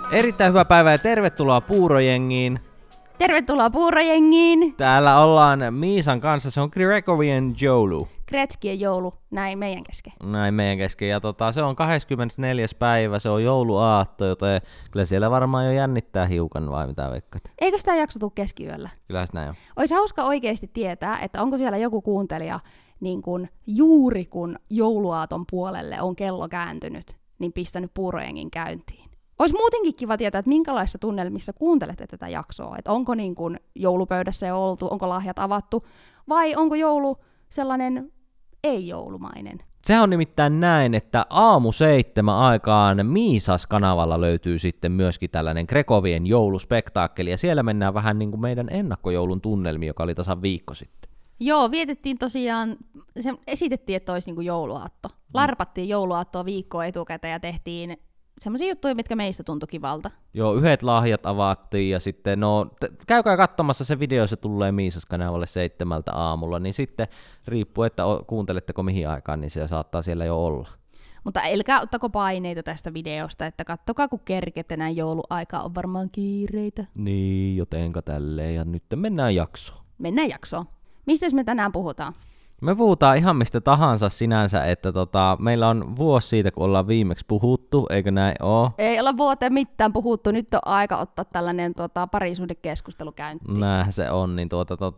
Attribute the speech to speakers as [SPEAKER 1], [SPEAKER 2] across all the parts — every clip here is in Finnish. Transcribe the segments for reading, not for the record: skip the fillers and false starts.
[SPEAKER 1] Erittäin hyvää päivää ja tervetuloa Puurojengiin.
[SPEAKER 2] Tervetuloa Puurojengiin.
[SPEAKER 1] Täällä ollaan Miisan kanssa, se on Gregorian joulu.
[SPEAKER 2] Kretskien joulu, näin meidän kesken.
[SPEAKER 1] Näin meidän kesken, ja se on 24. päivä, se on jouluaatto, joten kyllä siellä varmaan jo jännittää hiukan, vai mitä veikkat?
[SPEAKER 2] Eikö sitä jakso tule keskiyöllä?
[SPEAKER 1] Kyllä se näin on.
[SPEAKER 2] Olisi hauska oikeasti tietää, että onko siellä joku kuuntelija, niin kun juuri kun jouluaaton puolelle on kello kääntynyt, niin pistänyt Puurojengin käyntiin. Olisi muutenkin kiva tietää, että minkälaisissa tunnelmissa kuuntelette tätä jaksoa. Että onko niin kun joulupöydässä jo oltu, onko lahjat avattu, vai onko joulu sellainen ei-joulumainen.
[SPEAKER 1] Se on nimittäin näin, että aamu 7 aikaan Miisas-kanavalla löytyy sitten myöskin tällainen Gregovien jouluspektaakkeli, ja siellä mennään vähän niin kuin meidän ennakkojoulun tunnelmi, joka oli tasan viikko sitten.
[SPEAKER 2] Joo, vietettiin tosiaan, se esitettiin, että olisi niin kuin jouluaatto. Larpattiin jouluaattoa viikkoa etukäteen ja tehtiin semmoisia juttuja, mitkä meistä tuntui kivalta.
[SPEAKER 1] Joo, yhdet lahjat avattiin ja sitten, käykää katsomassa se video, se tulee Miisas-kanavalle 7 aamulla, niin sitten riippuu, että kuunteletteko mihin aikaan, niin se saattaa siellä jo olla.
[SPEAKER 2] Mutta älkää ottako paineita tästä videosta, että kattokaa kun kerkette, näin jouluaika on varmaan kiireitä.
[SPEAKER 1] Niin, jotenka tälleen, ja nyt mennään jaksoon.
[SPEAKER 2] Mennään jaksoon. Mistä me tänään puhutaan?
[SPEAKER 1] Me puhutaan ihan mistä tahansa sinänsä, että meillä on vuosi siitä, kun ollaan viimeksi puhuttu, eikö näin ole?
[SPEAKER 2] Ei olla vuoteen mitään puhuttu, nyt on aika ottaa tällainen parisuhdekeskustelu käyntiin.
[SPEAKER 1] Näinhän se on, niin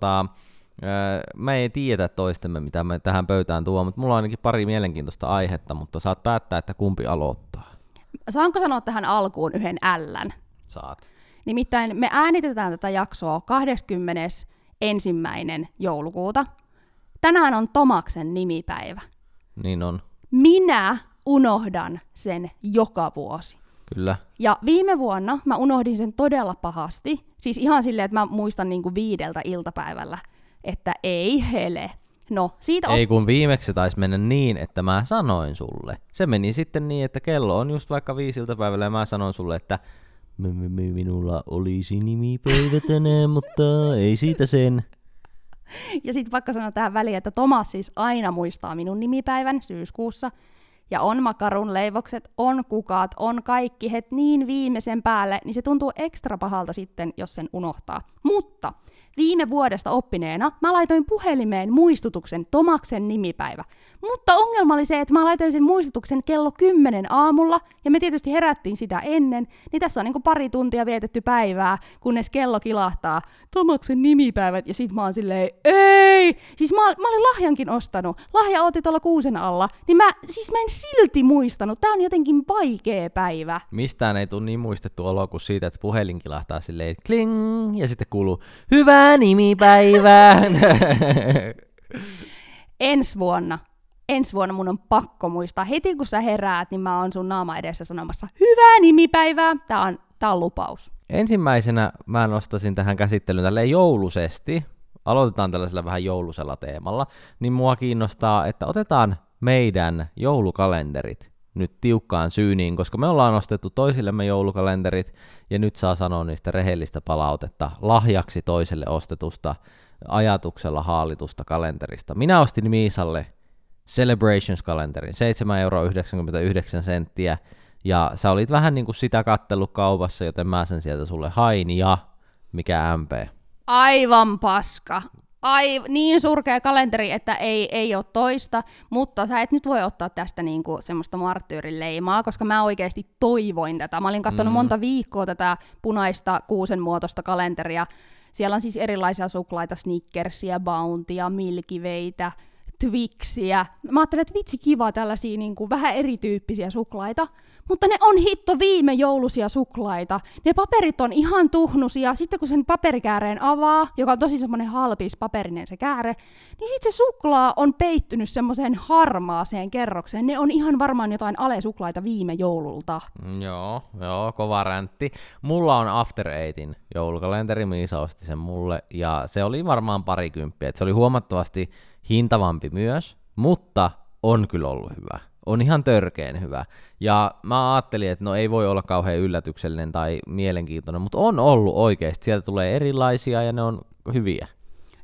[SPEAKER 1] me ei tiedä toistemme, mitä me tähän pöytään tuo, mutta mulla on ainakin pari mielenkiintoista aihetta, mutta saat päättää, että kumpi aloittaa.
[SPEAKER 2] Saanko sanoa tähän alkuun yhden ällän?
[SPEAKER 1] Saat.
[SPEAKER 2] Nimittäin me äänitetään tätä jaksoa 21. joulukuuta. Tänään on Tomaksen nimipäivä.
[SPEAKER 1] Niin on.
[SPEAKER 2] Minä unohdan sen joka vuosi.
[SPEAKER 1] Kyllä.
[SPEAKER 2] Ja viime vuonna mä unohdin sen todella pahasti. Siis ihan silleen, että mä muistan niinku 5 iltapäivällä, että ei hele. No, siitä
[SPEAKER 1] ei kun viimeksi se taisi mennä niin, että mä sanoin sulle. Se meni sitten niin, että kello on just vaikka 5 iltapäivällä ja mä sanoin sulle, että minulla olisi nimipäivä tänään, mutta ei siitä sen.
[SPEAKER 2] Ja sitten vaikka sanoa tähän väliin, että Tomas siis aina muistaa minun nimipäivän syyskuussa, ja on makarun leivokset, on kukat, on kaikki niin viimeisen päälle, niin se tuntuu ekstra pahalta sitten, jos sen unohtaa. Mutta viime vuodesta oppineena mä laitoin puhelimeen muistutuksen Tomaksen nimipäivä. Mutta ongelma oli se, että mä laitoin sen muistutuksen kello 10 aamulla, ja me tietysti herättiin sitä ennen, niin tässä on niinku pari tuntia vietetty päivää, kunnes kello kilahtaa Tomaksen nimipäivät, ja sit mä oon silleen, ei! Siis mä olin lahjankin ostanut, lahja ooti tuolla kuusen alla, niin mä en silti muistanut, tää on jotenkin vaikea päivä.
[SPEAKER 1] Mistään ei tule niin muistettu olo kuin siitä, että puhelin kilahtaa silleen kling, ja sitten kuuluu hyvää nimipäivää.
[SPEAKER 2] Ensi vuonna mun on pakko muistaa. Heti kun sä heräät, niin mä oon sun naama edessä sanomassa hyvää nimipäivää. Tää on lupaus.
[SPEAKER 1] Ensimmäisenä mä nostaisin tähän käsittelyyn tälleen jouluisesti. Aloitetaan tällaisella vähän joulusella teemalla. Niin mua kiinnostaa, että otetaan meidän joulukalenterit nyt tiukkaan syyniin, koska me ollaan ostettu toisillemme joulukalenterit, ja nyt saa sanoa niistä rehellistä palautetta lahjaksi toiselle ostetusta ajatuksella haalitusta kalenterista. Minä ostin Miisalle Celebrations-kalenterin, 7,99 €, ja sä olit vähän niin kuin sitä kattellut kaupassa, joten mä sen sieltä sulle hain, ja mikä MP?
[SPEAKER 2] Aivan paska. Niin surkea kalenteri, että ei ole toista, mutta sä et nyt voi ottaa tästä niinku semmoista marttyyrin leimaa, koska mä oikeasti toivoin tätä. Mä olin katsonut monta viikkoa tätä punaista kuusen muotoista kalenteria. Siellä on siis erilaisia suklaita, Snickersia, Bountyä, Milky Waytä, Twixiä. Mä ajattelin, että vitsi kiva tällaisia niinku vähän erityyppisiä suklaita, mutta ne on hitto viime joulusia suklaita. Ne paperit on ihan tuhnusia. Sitten kun sen paperikääreen avaa, joka on tosi semmoinen halpis paperinen se kääre, niin sitten se suklaa on peittynyt semmoiseen harmaaseen kerrokseen. Ne on ihan varmaan jotain alesuklaita viime joululta.
[SPEAKER 1] Joo, kova räntti. Mulla on After Eightin joulukalenteri, Miisa osti sen mulle, ja se oli varmaan 20. Se oli huomattavasti hintavampi myös, mutta on kyllä ollut hyvä. On ihan törkeen hyvä. Ja mä ajattelin, että no ei voi olla kauhean yllätyksellinen tai mielenkiintoinen, mutta on ollut oikeasti. Sieltä tulee erilaisia ja ne on hyviä.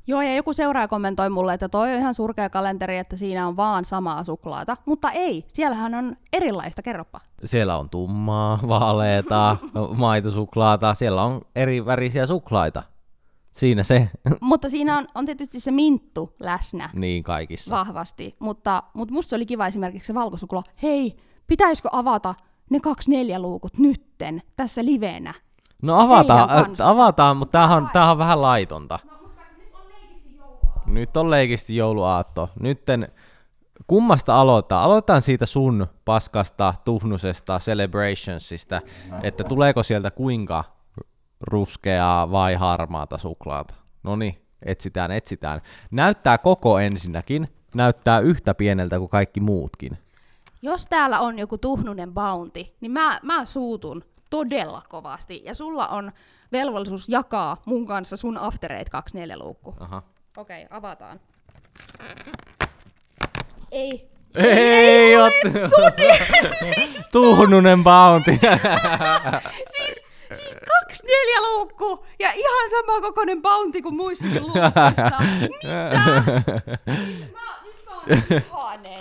[SPEAKER 2] Joo, ja joku seuraaja kommentoi mulle, että toi on ihan surkea kalenteri, että siinä on vaan samaa suklaata. Mutta ei, siellähän on erilaista, kerropa.
[SPEAKER 1] Siellä on tummaa, vaaleeta, maitosuklaata, siellä on eri värisiä suklaita. Siinä se.
[SPEAKER 2] Mutta siinä on tietysti se minttu läsnä
[SPEAKER 1] Niin kaikissa.
[SPEAKER 2] vahvasti. Mutta musta se oli kiva esimerkiksi se valkosuklaa. Hei, pitäisikö avata ne 2 4-luukut nytten tässä livenä?
[SPEAKER 1] No
[SPEAKER 2] Heidän kanssa.
[SPEAKER 1] avataan, mutta tämähän on vähän laitonta.
[SPEAKER 2] No, mutta nyt on leikisti joulua.
[SPEAKER 1] Nyt on leikisti jouluaatto. Nytten kummasta aloittaa? Aloitetaan siitä sun paskasta, tuhnusesta, celebrationsista, että tuleeko sieltä kuinka ruskeaa vai harmaata suklaata. Noniin, etsitään. Näyttää koko ensinnäkin, näyttää yhtä pieneltä kuin kaikki muutkin.
[SPEAKER 2] Jos täällä on joku tuhnunen bounty, niin mä suutun todella kovasti. Ja sulla on velvollisuus jakaa mun kanssa sun After Eight 2 4-luukku.
[SPEAKER 1] Aha.
[SPEAKER 2] Okei, avataan. Ei.
[SPEAKER 1] Ei tuhnunen bounty.
[SPEAKER 2] Siis 2 4-luukku ja ihan sama kokoinen bounty kuin muissakin luukuissa. Mitä? Nyt mä oon vihainen.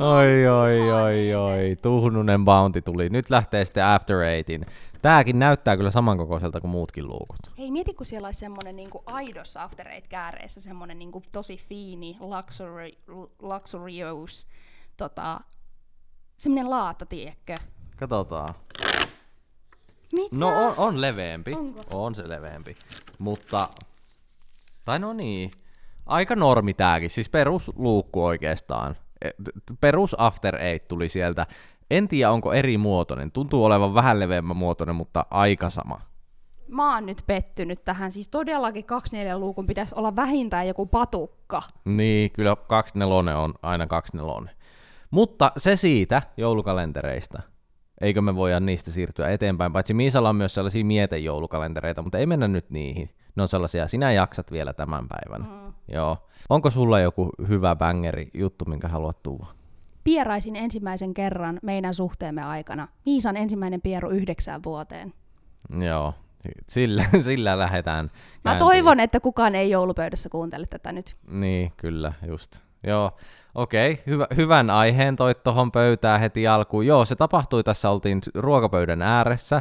[SPEAKER 1] Oi. Tuhnunen bounty tuli. Nyt lähtee sitten After Eightin. Tääkin näyttää kyllä samankokoiselta kuin muutkin luukut.
[SPEAKER 2] Hei, mieti kun siellä olisi semmonen niinku aidossa After Eight -kääreissä semmonen niinku tosi fiini, luxurious, semmonen laata, tiedätkö?
[SPEAKER 1] Katsotaan.
[SPEAKER 2] Mitä?
[SPEAKER 1] No on leveämpi.
[SPEAKER 2] Onko?
[SPEAKER 1] On se leveämpi. Mutta, tai no niin, aika normi tääkin. Siis perusluukku oikeastaan. Perus After Eight tuli sieltä. En tiedä onko eri muotoinen. Tuntuu olevan vähän leveämmän muotoinen, mutta aika sama.
[SPEAKER 2] Mä oon nyt pettynyt tähän. Siis todellakin 2 4-luukun pitäisi olla vähintään joku patukka.
[SPEAKER 1] Niin, kyllä 24 on aina 24. Mutta se siitä joulukalentereista. Eikö me voida niistä siirtyä eteenpäin? Paitsi Miisalla on myös sellaisia mietejoulukalentereita, mutta ei mennä nyt niihin. Ne on sellaisia, sinä jaksat vielä tämän päivän. Joo. Onko sulla joku hyvä bangeri juttu, minkä haluat tuoda?
[SPEAKER 2] Pieraisin ensimmäisen kerran meidän suhteemme aikana. Miisan ensimmäinen pieru 9 vuoteen.
[SPEAKER 1] Joo, sillä lähdetään.
[SPEAKER 2] Mä toivon, että kukaan ei joulupöydässä kuuntele tätä nyt.
[SPEAKER 1] Niin, kyllä, just. Joo, okei. Hyvän aiheen toit tohon pöytään heti alkuun. Joo, se tapahtui, tässä oltiin ruokapöydän ääressä.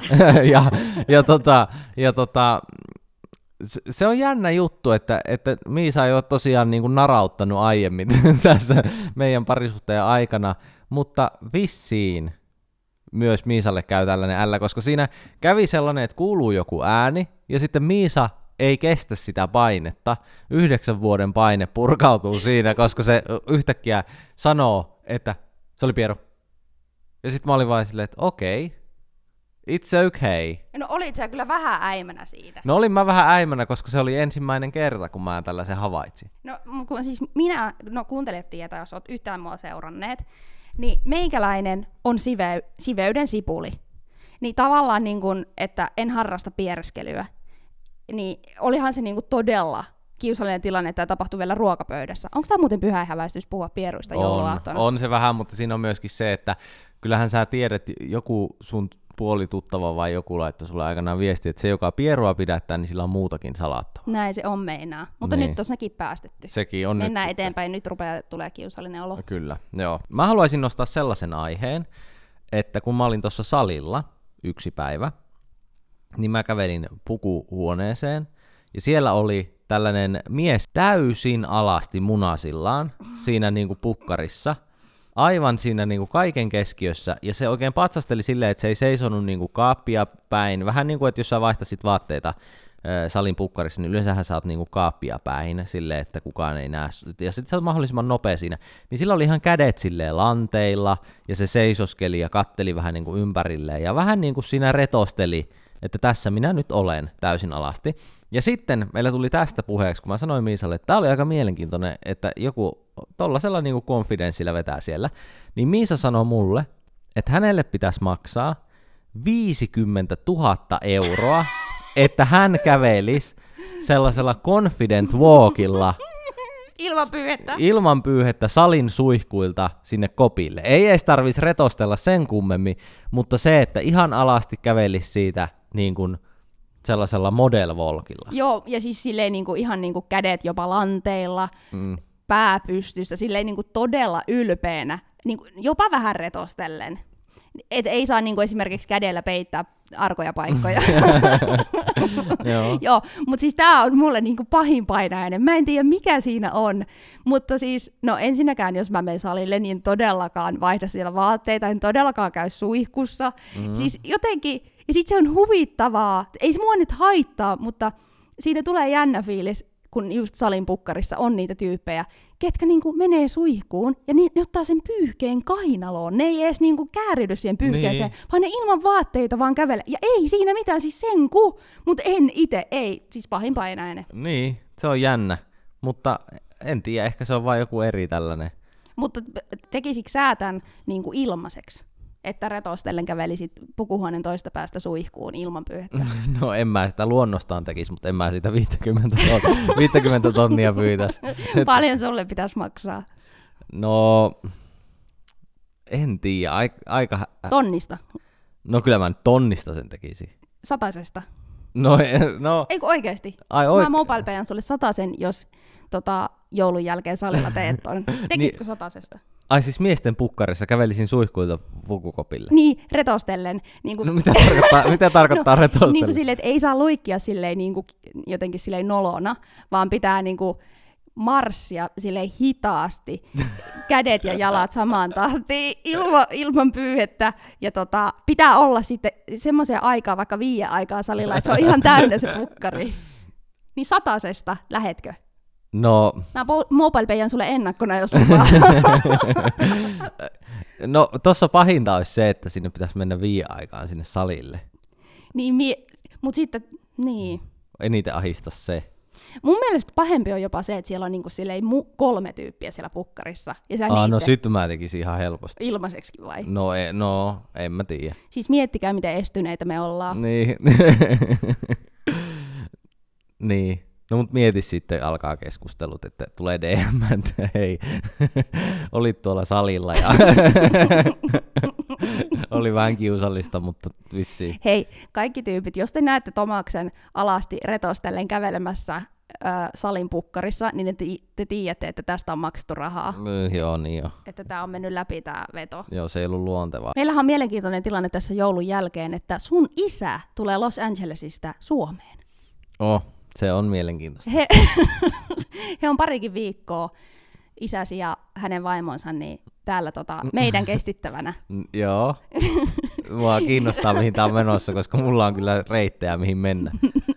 [SPEAKER 1] Se on jännä juttu, että Miisa ei ole tosiaan niin kuin narauttanut aiemmin tässä meidän parisuhteen aikana, mutta vissiin myös Miisalle käy tällainen ällä, koska siinä kävi sellainen, että kuuluu joku ääni, ja sitten Miisa ei kestä sitä painetta. 9 vuoden paine purkautuu siinä, koska se yhtäkkiä sanoo, että se oli Piero. Ja sitten mä olin vain silleen, että okei, it's okay.
[SPEAKER 2] No olit sä kyllä vähän äimänä siitä.
[SPEAKER 1] No olin mä vähän äimänä, koska se oli ensimmäinen kerta, kun mä tällaisen havaitsin.
[SPEAKER 2] No siis kuuntelijat tietää, jos oot yhtään mua seuranneet, niin meikäläinen on siveyden sipuli. Niin tavallaan niin kun, että en harrasta piereskelyä, niin olihan se niin kun todella kiusallinen tilanne, että tämä tapahtui vielä ruokapöydässä. Onko tämä muuten pyhäinhäväistys puhua pieruista jouluaattona?
[SPEAKER 1] On se vähän, mutta siinä on myöskin se, että kyllähän sä tiedät, joku sun puolituttava vai joku laittoi sulle aikanaan viesti, että se, joka pierua pidättää, niin sillä on muutakin salattavaa.
[SPEAKER 2] Näin se on meinaa. Mutta
[SPEAKER 1] niin.
[SPEAKER 2] Nyt on sekin päästetty.
[SPEAKER 1] Sekin on
[SPEAKER 2] Mennään
[SPEAKER 1] nyt
[SPEAKER 2] eteenpäin, nyt tulee kiusallinen olo.
[SPEAKER 1] Kyllä, joo. Mä haluaisin nostaa sellaisen aiheen, että kun mä olin tuossa salilla yksi päivä, niin mä kävelin pukuhuoneeseen, ja siellä oli tällainen mies täysin alasti munasillaan siinä niinku pukkarissa, aivan siinä niinku kaiken keskiössä, ja se oikein patsasteli silleen, että se ei seisonut niinku kaappia päin, vähän niin kuin, että jos sä vaihtasit vaatteita salin pukkarissa, niin yleensähän sä oot niinku kaappia päin, silleen, että kukaan ei näe, ja sitten sä oot mahdollisimman nopea siinä, niin sillä oli ihan kädet silleen lanteilla, ja se seisoskeli ja katteli vähän niinku ympärilleen, ja vähän niinku siinä retosteli, että tässä minä nyt olen täysin alasti. Ja sitten meillä tuli tästä puheeksi, kun mä sanoin Miisalle, että tää oli aika mielenkiintoinen, että joku tollasella niinku konfidenssillä vetää siellä, niin Miisa sanoi mulle, että hänelle pitäisi maksaa 50 000 €, että hän kävelisi sellaisella confident walkilla ilman pyyhettä salin suihkuilta sinne kopille. Ei edes tarvitsisi retostella sen kummemmin, mutta se, että ihan alasti kävelisi siitä niin kuin Sellaisella model-volkilla.
[SPEAKER 2] Joo, ja siis silleen niinku, ihan niinku kädet jopa lanteilla, pää pystyssä, silleen niinku todella ylpeänä, niinku, jopa vähän retostellen. Et ei saa niinku esimerkiksi kädellä peittää arkoja paikkoja. Joo, mutta siis tää on mulle niinku pahin painajainen. Mä en tiedä mikä siinä on, mutta siis, no ensinnäkään jos mä menen salille, niin en todellakaan vaihda siellä vaatteita, en todellakaan käy suihkussa. Siis jotenkin, ja sit se on huvittavaa, ei se mua nyt haittaa, mutta siinä tulee jännä fiilis, kun just salin pukkarissa on niitä tyyppejä, ketkä niinku menee suihkuun ja ne ottaa sen pyyhkeen kainaloon. Ne ei edes niinku kääridy siihen pyyhkeeseen, vaan ne ilman vaatteita vaan kävelee. Ja ei siinä mitään, siis senku, mutta en itse, ei, siis pahin painainen.
[SPEAKER 1] Niin, se on jännä, mutta en tiedä, ehkä se on vain joku eri tällainen.
[SPEAKER 2] Mutta tekisikö sä tämän niinku ilmaiseksi? Että retostellen kävelisit pukuhuoneen toista päästä suihkuun ilman pyyhettä?
[SPEAKER 1] No en mä sitä luonnostaan tekisi, mutta en mä sitä 50 tonnia pyytäisi.
[SPEAKER 2] Paljon sulle pitäisi maksaa?
[SPEAKER 1] No, en tiedä, aika...
[SPEAKER 2] Tonnista?
[SPEAKER 1] No kyllä mä nyt tonnista sen tekisin.
[SPEAKER 2] 100:sta?
[SPEAKER 1] No.
[SPEAKER 2] Eikö oikeesti? Mä MobilePayan sulle 100:n, jos joulun jälkeen salilla teet ton. Tekisitkö 100:sta?
[SPEAKER 1] Ai siis miesten pukkarissa kävelisin suihkuilta pukukopille?
[SPEAKER 2] Niin, retostellen. Niin kuin...
[SPEAKER 1] No mitä tarkoittaa retostellen?
[SPEAKER 2] Niin kuin silleen, että ei saa luikkia silleen, niin kuin, jotenkin silleen nolona, vaan pitää niin kuin marssia silleen hitaasti, kädet ja jalat samaan tahtiin ilman pyyhettä. Ja pitää olla sitten semmoisen aikaa, vaikka 5 aikaa salilla, että se on ihan täynnä se pukkari. Niin 100:sta lähetkö?
[SPEAKER 1] No...
[SPEAKER 2] Mä MobilePayan sulle ennakkona, jos lupaa.
[SPEAKER 1] No tossa pahinta olisi se, että sinne pitäisi mennä 5 aikaan sinne salille.
[SPEAKER 2] Niin, mut sitten, niin.
[SPEAKER 1] Eniten ahista se.
[SPEAKER 2] Mun mielestä pahempi on jopa se, että siellä on niinku 3 tyyppiä siellä pukkarissa. Ja sä
[SPEAKER 1] no sit mä tekisin ihan helposti.
[SPEAKER 2] Ilmaiseksi vai?
[SPEAKER 1] No, en mä tiedä.
[SPEAKER 2] Siis miettikää, miten estyneitä me ollaan.
[SPEAKER 1] Niin. Niin. No mut mieti sitten, alkaa keskustelut, että tulee DM, että hei, olit tuolla salilla ja oli vähän kiusallista, mutta vissiin.
[SPEAKER 2] Hei, kaikki tyypit, jos te näette Tomaksen alasti retostellen kävelemässä salin pukkarissa, niin te tiedätte, että tästä on maksettu rahaa.
[SPEAKER 1] Joo, niin jo.
[SPEAKER 2] Että tää on mennyt läpi tää veto.
[SPEAKER 1] Joo, se ei ollut luontevaa.
[SPEAKER 2] Meillähän on mielenkiintoinen tilanne tässä joulun jälkeen, että sun isä tulee Los Angelesista Suomeen.
[SPEAKER 1] Se on mielenkiintoista.
[SPEAKER 2] He on parikin viikkoa isäsi ja hänen vaimonsa niin täällä meidän kestittävänä.
[SPEAKER 1] Joo. Mua kiinnostaa, mihin tää on menossa, koska mulla on kyllä reittejä, mihin mennä.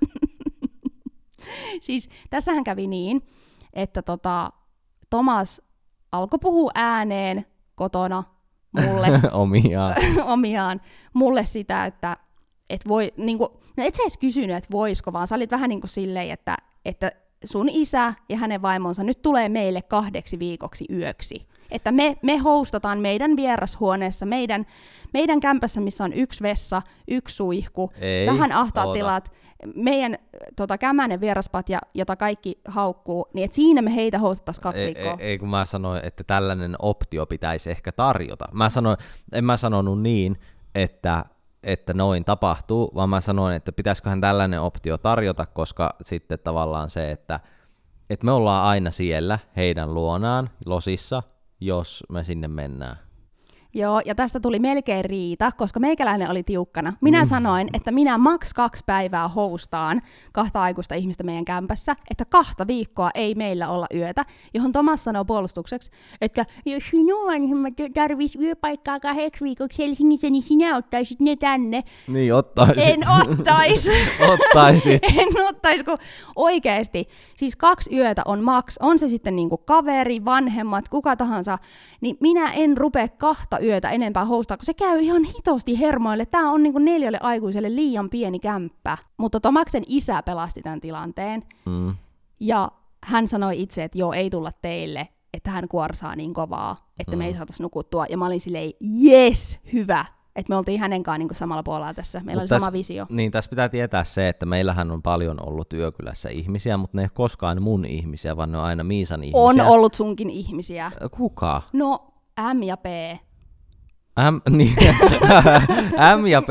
[SPEAKER 2] Siis tässähän kävi niin, että Tomas alkoi puhua ääneen kotona mulle. Omiaan. Mulle sitä, että voi, niinku, no et sä edes kysynyt, että voisiko, vaan sä olit vähän niin kuin silleen, että sun isä ja hänen vaimonsa nyt tulee meille 2 viikoksi yöksi. Että me hostataan meidän vierashuoneessa, meidän kämpässä, missä on 1 vessa, 1 suihku, vähän ahtaat tilat, meidän kämäinen vieraspatja, jota kaikki haukkuu, niin että siinä me heitä hostattaisiin 2 viikkoa.
[SPEAKER 1] Ei, kun mä sanoin, että tällainen optio pitäisi ehkä tarjota. En mä sanonut niin, että noin tapahtuu, vaan mä sanoin, että pitäisiköhän tällainen optio tarjota, koska sitten tavallaan se, että me ollaan aina siellä heidän luonaan, Losissa, jos me sinne mennään.
[SPEAKER 2] Joo, ja tästä tuli melkein riita, koska meikäläinen oli tiukkana. Minä sanoin, että minä maks 2 päivää hostaan 2 aikuista ihmistä meidän kämpässä, että 2 viikkoa ei meillä olla yötä, johon Tomas sanoo puolustukseksi, että jos sinua tarvitsisi yöpaikkaa 2 viikoksi Helsingissä, niin sinä ottaisit ne tänne.
[SPEAKER 1] Niin, ottaisit.
[SPEAKER 2] En ottaisi.
[SPEAKER 1] Ottaisit.
[SPEAKER 2] En ottaisi, kun oikeasti. Siis 2 yötä on maks, on se sitten niinku kaveri, vanhemmat, kuka tahansa, niin minä en rupea 2 yötä enempää hostaa, kun se käy ihan hitosti hermoille. Tää on niinku 4 aikuiselle liian pieni kämppä. Mutta Tomaksen isä pelasti tämän tilanteen. Ja hän sanoi itse, että joo, ei tulla teille, että hän kuorsaa niin kovaa, että me ei saataisi nukuttua. Ja mä olin silleen, jes, hyvä. Että me oltiin hänen kanssaan niinku samalla puolella tässä. Meillä oli sama visio.
[SPEAKER 1] Niin, tässä pitää tietää se, että meillähän on paljon ollut Yökylässä ihmisiä, mutta ne ei ole koskaan mun ihmisiä, vaan ne on aina Miisan ihmisiä.
[SPEAKER 2] On ollut sunkin ihmisiä.
[SPEAKER 1] Kuka?
[SPEAKER 2] No, M ja P.
[SPEAKER 1] Niin, M ja P,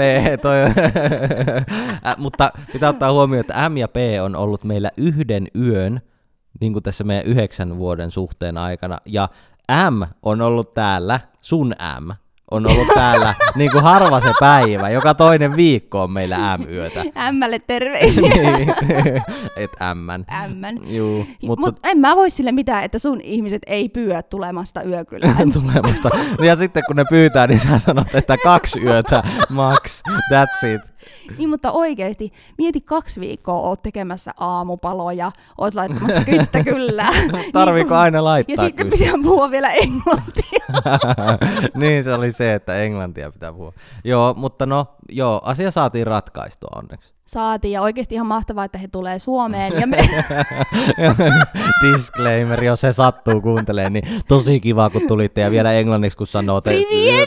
[SPEAKER 1] mutta pitää ottaa huomioon, että M ja P on ollut meillä yhden yön, niin kuin tässä meidän 9 vuoden suhteen aikana, ja M on ollut täällä, sun M on ollut täällä niin kuin harva se päivä, joka toinen viikko on meillä M-yötä.
[SPEAKER 2] Ämmälle terveisiä.
[SPEAKER 1] Niin, et Ämmän. Juu,
[SPEAKER 2] Mut en mä voi sille mitään, että sun ihmiset ei pyydä tulemasta yökylään.
[SPEAKER 1] tulemasta. Ja sitten kun ne pyytää, niin sä sanot, että 2 yötä, max, that's it.
[SPEAKER 2] Niin, mutta oikeesti, mieti 2 viikkoa oot tekemässä aamupaloja, oot laittamassa kystä kyllä.
[SPEAKER 1] Tarviiko aina laittaa
[SPEAKER 2] ja sitten
[SPEAKER 1] kystä?
[SPEAKER 2] pitää puhua vielä englantia.
[SPEAKER 1] Niin se oli se, että englantia pitää puhua. Joo, mutta asia saatiin ratkaistua onneksi.
[SPEAKER 2] Saatiin, ja oikeesti ihan mahtavaa, että he tulee Suomeen. Ja
[SPEAKER 1] Disclaimer, jos se sattuu kuuntelemaan, niin tosi kiva, kun tulitte, ja vielä englanniksi, kun sanoo...
[SPEAKER 2] Privet!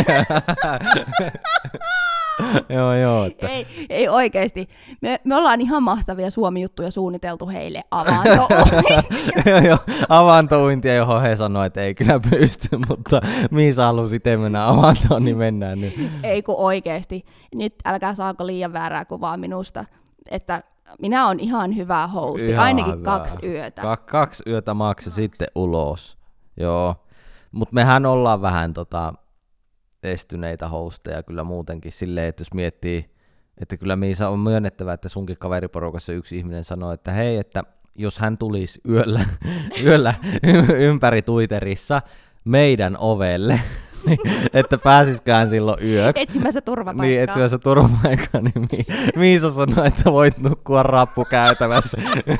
[SPEAKER 1] Joo. Että...
[SPEAKER 2] Ei oikeesti. Me ollaan ihan mahtavia Suomi-juttuja suunniteltu heille
[SPEAKER 1] avantouintia, johon he sanoi, että ei kyllä pysty, mutta Miisa halusi itse mennä avantoon, niin mennään nyt.
[SPEAKER 2] Ei kun oikeesti. Nyt älkää saako liian väärää kuvaa minusta, että minä on ihan hyvä hosti, ihan ainakin hyvä. 2 yötä.
[SPEAKER 1] 2 yötä maksa sitten ulos. Joo, mutta mehän ollaan vähän estyneitä hosteja kyllä muutenkin silleen, että jos miettii, että kyllä Miisa on myönnettävä, että sunkin kaveriporukassa yksi ihminen sanoi, että hei, että jos hän tulisi yöllä ympäri Twitterissa meidän ovelle, niin, että pääsisikään silloin yöksi.
[SPEAKER 2] Etsimässä turvapaikkaa.
[SPEAKER 1] Niin, etsimässä turvapaikkaa, niin Miisa sanoi, että voit nukkua rappukäytävässä.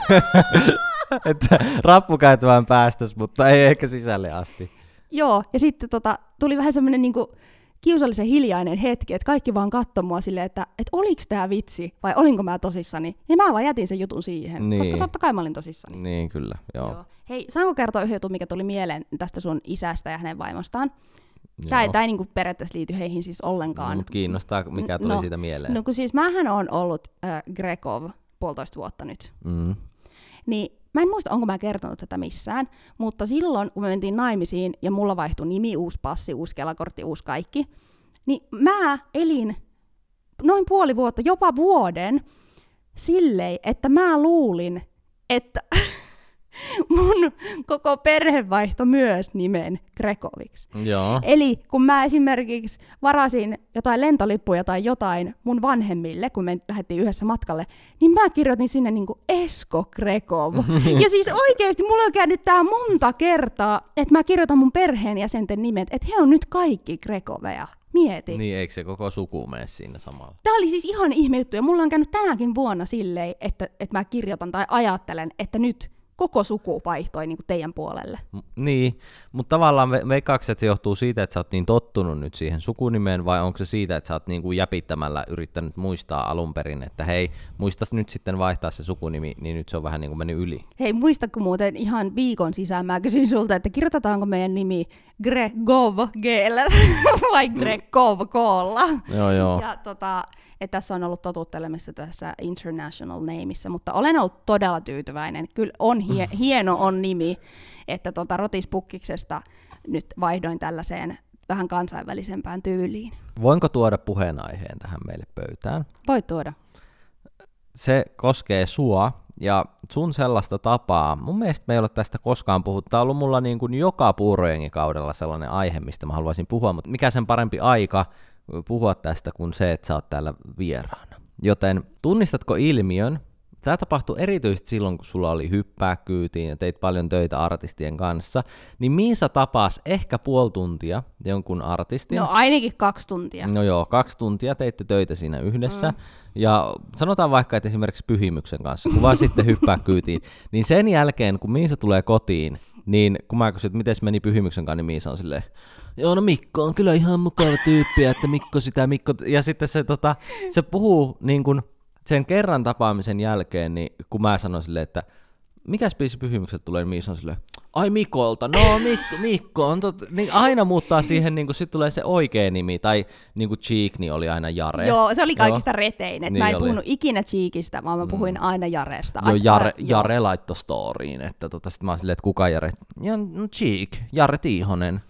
[SPEAKER 1] Että rappukäytävään päästäisi, mutta ei ehkä sisälle asti.
[SPEAKER 2] Joo, ja sitten tuli vähän semmoinen niinku kiusallisen hiljainen hetki, että kaikki vaan katsoi mua silleen, että oliks tää vitsi vai olinko mä tosissani. Ja mä vaan jätin sen jutun siihen,
[SPEAKER 1] niin.
[SPEAKER 2] Koska totta kai mä olin tosissani.
[SPEAKER 1] Niin, kyllä, joo.
[SPEAKER 2] Hei, saanko kertoa yhden jutun, mikä tuli mieleen tästä sun isästä ja hänen vaimostaan? Tämä ei niinku periaatteessa liity heihin siis ollenkaan.
[SPEAKER 1] No, mutta kiinnostaa, mikä tuli siitä mieleen.
[SPEAKER 2] No kun siis mähän on ollut Grekov 1,5 vuotta nyt.
[SPEAKER 1] Mm.
[SPEAKER 2] Niin mä en muista, onko mä kertonut tätä missään, mutta silloin, kun me mentiin naimisiin ja mulla vaihtui nimi, uusi passi, uusi kelakortti, uusi kaikki, niin mä elin noin puoli vuotta, jopa vuoden, silleen, että mä luulin, että mun koko perhe vaihtoi myös nimen Grekoviksi.
[SPEAKER 1] Joo.
[SPEAKER 2] Eli kun mä esimerkiksi varasin jotain lentolippuja tai jotain mun vanhemmille, kun me lähdettiin yhdessä matkalle, niin mä kirjoitin sinne niinku Esko Grekov. Ja siis oikeesti mulla on käynyt tää monta kertaa, että mä kirjoitan mun perheenjäsenten nimet, että he on nyt kaikki Grekoveja. Mieti.
[SPEAKER 1] Niin, eikö se koko suku mene siinä samalla?
[SPEAKER 2] Tää oli siis ihan ihme juttu, ja mulla on käynyt tänäkin vuonna silleen, että mä kirjoitan tai ajattelen, että nyt koko suku vaihtoi niin kuin teidän puolelle.
[SPEAKER 1] Niin, mutta tavallaan veikkaako, että se johtuu siitä, että sä oot niin tottunut nyt siihen sukunimeen, vai onko se siitä, että sä oot niin kuin jäpittämällä yrittänyt muistaa alun perin, että hei, muistas nyt sitten vaihtaa se sukunimi, niin nyt se on vähän niin kuin mennyt yli.
[SPEAKER 2] Hei, muistatko muuten ihan viikon sisään mä kysyin sulta, että kirjoitetaanko meidän nimi Gregov G:llä vai Grekov K:lla?
[SPEAKER 1] Joo.
[SPEAKER 2] Ja että tässä on ollut totuttelemassa tässä international nameissa, mutta olen ollut todella tyytyväinen. Kyllä on hieno on nimi, että Rotispukkiksesta nyt vaihdoin tällaiseen vähän kansainvälisempään tyyliin.
[SPEAKER 1] Voinko tuoda puheenaiheen tähän meille pöytään?
[SPEAKER 2] Voit tuoda.
[SPEAKER 1] Se koskee sua ja sun sellaista tapaa. Mun mielestä me ei ole tästä koskaan puhuttu. Tämä on ollut mulla niin kuin joka puurojengikaudella sellainen aihe, mistä mä haluaisin puhua, mutta mikä sen parempi aika puhua tästä kuin se, että sä oot täällä vieraana. Joten tunnistatko ilmiön? Tämä tapahtui erityisesti silloin, kun sulla oli hyppää kyytiin ja teit paljon töitä artistien kanssa, niin Miisa tapasi ehkä puoli tuntia jonkun artistin.
[SPEAKER 2] No ainakin 2 tuntia.
[SPEAKER 1] No joo, 2 tuntia teitte töitä siinä yhdessä. Ja sanotaan vaikka, että esimerkiksi Pyhimyksen kanssa, kun vaan sitten hyppää kyytiin, niin sen jälkeen, kun Miisa tulee kotiin, niin kun mä kysyin, että miten meni Pyhimyksen kanssa, niin Miisa on silleen, joo, no Mikko on kyllä ihan mukava tyyppi, että Mikko. Ja sitten se puhuu niin kuin sen kerran tapaamisen jälkeen, niin kun mä sanoin silleen, että mikäs biisi Pyhimykset tulee, niin Miisa on silleen, ai Mikolta, no Mikko on niin aina muuttaa siihen, niin kuin sit tulee se oikea nimi, tai niin kuin Cheek, niin oli aina Jare.
[SPEAKER 2] Joo, se oli kaikista retein, että
[SPEAKER 1] niin
[SPEAKER 2] mä en puhunut ikinä Cheekistä, vaan mä puhuin aina Jaresta.
[SPEAKER 1] Jare laittoi storyin, että sit mä oon silleen, että kuka Jare? Ja no Cheek, Jare Tiihonen.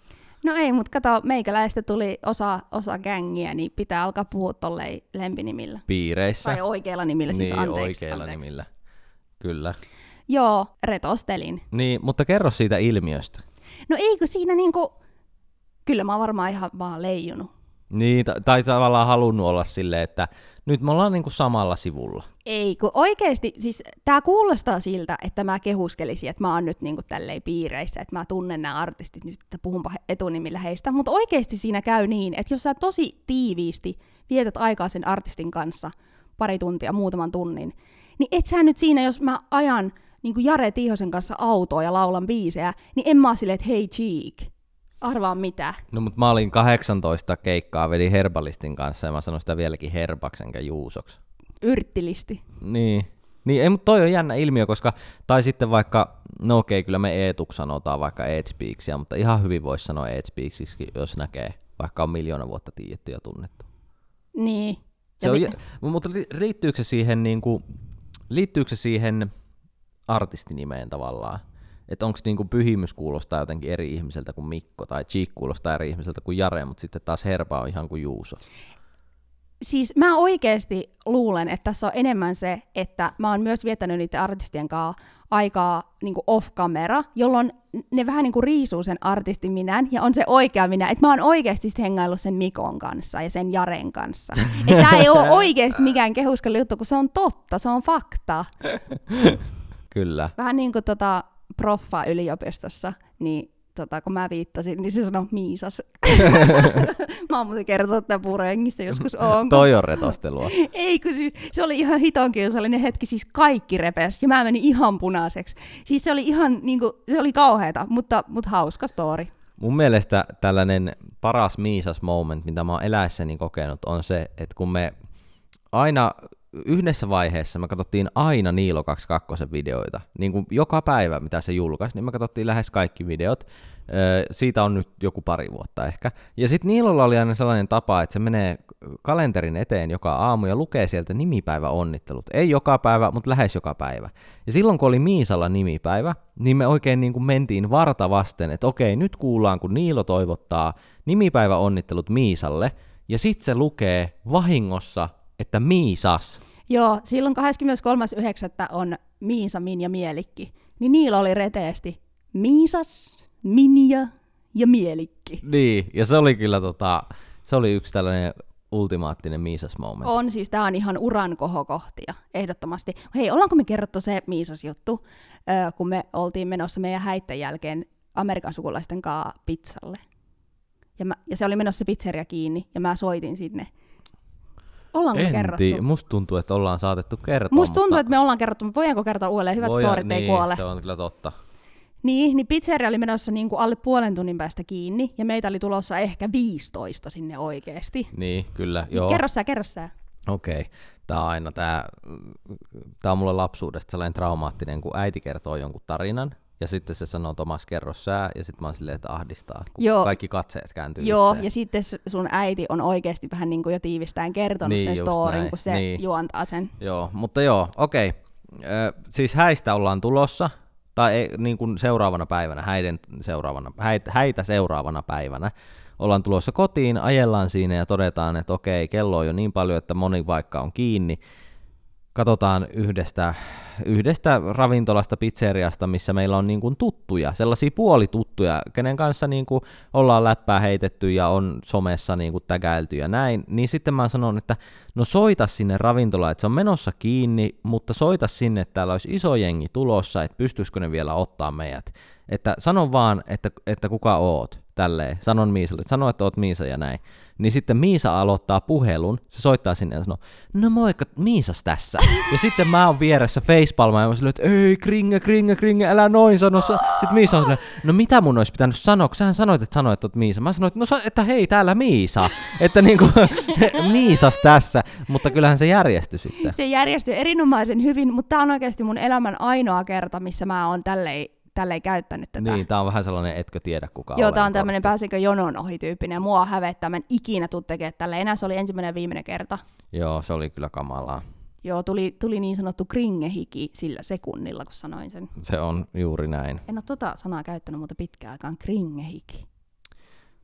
[SPEAKER 2] No ei, mutta kato, meikäläistä tuli osa gängiä, niin pitää alkaa puhua tolleen lempinimillä.
[SPEAKER 1] Piireissä.
[SPEAKER 2] Tai oikeilla nimillä, siis
[SPEAKER 1] niin,
[SPEAKER 2] anteeksi.
[SPEAKER 1] oikeilla nimillä. Kyllä.
[SPEAKER 2] Joo, retostelin.
[SPEAKER 1] Niin, mutta kerro siitä ilmiöstä.
[SPEAKER 2] No eikö siinä niinku, kyllä mä oon varmaan ihan vaan leijunut.
[SPEAKER 1] Niin, tai tavallaan halunnut olla silleen, että nyt me ollaan niinku samalla sivulla.
[SPEAKER 2] Ei, kun oikeesti, siis tää kuulostaa siltä, että mä kehuskelisin, että mä oon nyt niinku tälleen piireissä, että mä tunnen nämä artistit nyt, että puhunpa etunimillä heistä, mutta oikeesti siinä käy niin, että jos sä tosi tiiviisti vietät aikaa sen artistin kanssa, pari tuntia, muutaman tunnin, niin et sä nyt siinä, jos mä ajan niinku Jare Tiihosen kanssa autoa ja laulan biisejä, niin en mä oo silleen, että hei Cheek, arvaa mitä.
[SPEAKER 1] No mut mä olin 18 keikkaa, vedin Herbalistin kanssa ja mä sanoin sitä vieläkin Herbaksi enkä Juusoksi.
[SPEAKER 2] Yrttilisti.
[SPEAKER 1] Niin, ei, mutta toi on jännä ilmiö, koska, tai sitten vaikka, no okei, kyllä me Eetuksi sanotaan vaikka Eetspeaksia, mutta ihan hyvin voisi sanoa Eetspeaksiksi, jos näkee, vaikka on 1 000 000 vuotta tiedetty ja tunnettu.
[SPEAKER 2] Niin.
[SPEAKER 1] Se on, mutta liittyykö se siihen artistinimeen tavallaan? Että onko niinku Pyhimys kuulostaa jotenkin eri ihmiseltä kuin Mikko, tai Cheek kuulostaa eri ihmiseltä kuin Jare, mutta sitten taas Herba on ihan kuin Juuso.
[SPEAKER 2] Siis mä oikeesti luulen, että tässä on enemmän se, että mä oon myös viettänyt niiden artistien kanssa aikaa niin kuin off-camera, jolloin ne vähän niin kuin riisuu sen artistin minän, ja on se oikea minä, että mä oon oikeasti hengaillut sen Mikon kanssa ja sen Jaren kanssa. Että tää ei ole oikeasti mikään kehuskelu juttu, kun se on totta, se on fakta.
[SPEAKER 1] Kyllä.
[SPEAKER 2] Vähän niin kuin proffa yliopistossa, niin kun mä viittasin, niin se sanoi Miisas. Mä oon muuten kertonut tämän puurengissä joskus.
[SPEAKER 1] Toi on retostelua.
[SPEAKER 2] Ei, kun se oli ihan hiton kiusallinen hetki, siis kaikki repes, ja mä menin ihan punaiseksi. Siis se oli ihan, niinku, se oli kauheata, mutta hauska story.
[SPEAKER 1] Mun mielestä tällainen paras Miisas moment, mitä mä oon eläessäni kokenut, on se, että kun me aina yhdessä vaiheessa me katsottiin aina Niilo 22 videoita, niin kuin joka päivä, mitä se julkaisi, niin me katsottiin lähes kaikki videot. Siitä on nyt joku 2 vuotta ehkä. Ja sitten Niilolla oli aina sellainen tapa, että se menee kalenterin eteen joka aamu ja lukee sieltä nimipäiväonnittelut. Ei joka päivä, mutta lähes joka päivä. Ja silloin kun oli Miisalla nimipäivä, niin me oikein niin kuin mentiin varta vasten, että okei, nyt kuullaan, kun Niilo toivottaa nimipäiväonnittelut Miisalle, ja sitten se lukee vahingossa, että Miisas.
[SPEAKER 2] Joo, silloin 23.9. on Miisa, Minja, Mielikki. Niin niillä oli reteesti Miisas, Minja ja Mielikki.
[SPEAKER 1] Niin, ja se oli kyllä se oli yksi tällainen ultimaattinen Miisas moment.
[SPEAKER 2] On, siis tää on ihan uran kohokohtia, ehdottomasti. Hei, ollaanko me kerrottu se Miisas juttu, kun me oltiin menossa meidän häitten jälkeen Amerikan sukulaisten kanssa pizzalle. Ja se oli menossa se pizzeria kiinni, ja mä soitin sinne. Ollaanko me kerrottu?
[SPEAKER 1] Musta tuntuu, että ollaan saatettu kertoa.
[SPEAKER 2] Musta tuntuu, että me ollaan kerrottu, mutta voidaanko kertoa uudelleen? Hyvät storit ei kuole.
[SPEAKER 1] Se on kyllä totta.
[SPEAKER 2] Niin pizzeria oli menossa niin kuin alle 0,5 tunnin päästä kiinni, ja meitä oli tulossa ehkä 15 sinne oikeesti.
[SPEAKER 1] Niin, kyllä,
[SPEAKER 2] niin
[SPEAKER 1] joo.
[SPEAKER 2] Kerro sä.
[SPEAKER 1] Okei. Tää on mulle lapsuudesta sellainen traumaattinen, kun äiti kertoo jonkun tarinan, ja sitten se sanoo, Tomas, kerro sä, ja sitten mä oon silleen, että ahdistaa, kun kaikki katseet kääntyy
[SPEAKER 2] Joo,
[SPEAKER 1] itseen.
[SPEAKER 2] ja sitten sun äiti on oikeasti vähän niin kuin jo tiivistään kertonut
[SPEAKER 1] niin,
[SPEAKER 2] sen storin,
[SPEAKER 1] näin.
[SPEAKER 2] kun se juontaa sen.
[SPEAKER 1] Joo, mutta okei. Siis häistä ollaan tulossa, tai ei, niin kuin seuraavana päivänä, häitä seuraavana päivänä, ollaan tulossa kotiin, ajellaan siinä ja todetaan, että okei, kello on jo niin paljon, että moni vaikka on kiinni. Katsotaan yhdestä ravintolasta, pizzeriasta, missä meillä on niin kuin tuttuja, sellaisia puolituttuja, kenen kanssa niin kuin ollaan läppää heitetty ja on somessa niin kuin tägäilty ja näin, niin sitten mä sanon, että no soita sinne ravintolaan, että se on menossa kiinni, mutta soita sinne, että täällä olisi iso jengi tulossa, että pystyisikö ne vielä ottaa meidät. Että sano vaan, että kuka oot, tälleen, sanon Miisalle, että sano, että oot Miisa ja näin. Niin sitten Miisa aloittaa puhelun, se soittaa sinne ja sanoo, no moikka, Miisas tässä. Ja sitten mä oon vieressä facepalmaan ja mä silleen, että ei, kringe, älä noin sano. Sitten Miisa on silleen, no mitä mun olisi pitänyt sanoa, kun sähän sanoit, että oot Miisa. Mä sanoin, että hei, täällä Miisa. Että niinku, Miisas tässä. Mutta kyllähän se järjestyi sitten.
[SPEAKER 2] Se järjestyi erinomaisen hyvin, mutta tää on oikeasti mun elämän ainoa kerta, missä mä oon tälleen käyttänyt tätä.
[SPEAKER 1] Niin, tää on vähän sellainen, etkö tiedä kuka
[SPEAKER 2] Joo, tää on tämmönen pääsenkö jonon ohi -tyyppinen, ja mua hävettää, mä en ikinä tuu tekemään tälleen. Enää se oli ensimmäinen ja viimeinen kerta.
[SPEAKER 1] Joo, se oli kyllä kamalaa.
[SPEAKER 2] Joo, tuli niin sanottu kringehiki sillä sekunnilla, kun sanoin sen.
[SPEAKER 1] Se on juuri näin.
[SPEAKER 2] En ole tota sanaa käyttänyt muuta pitkään aikaan, kringehiki.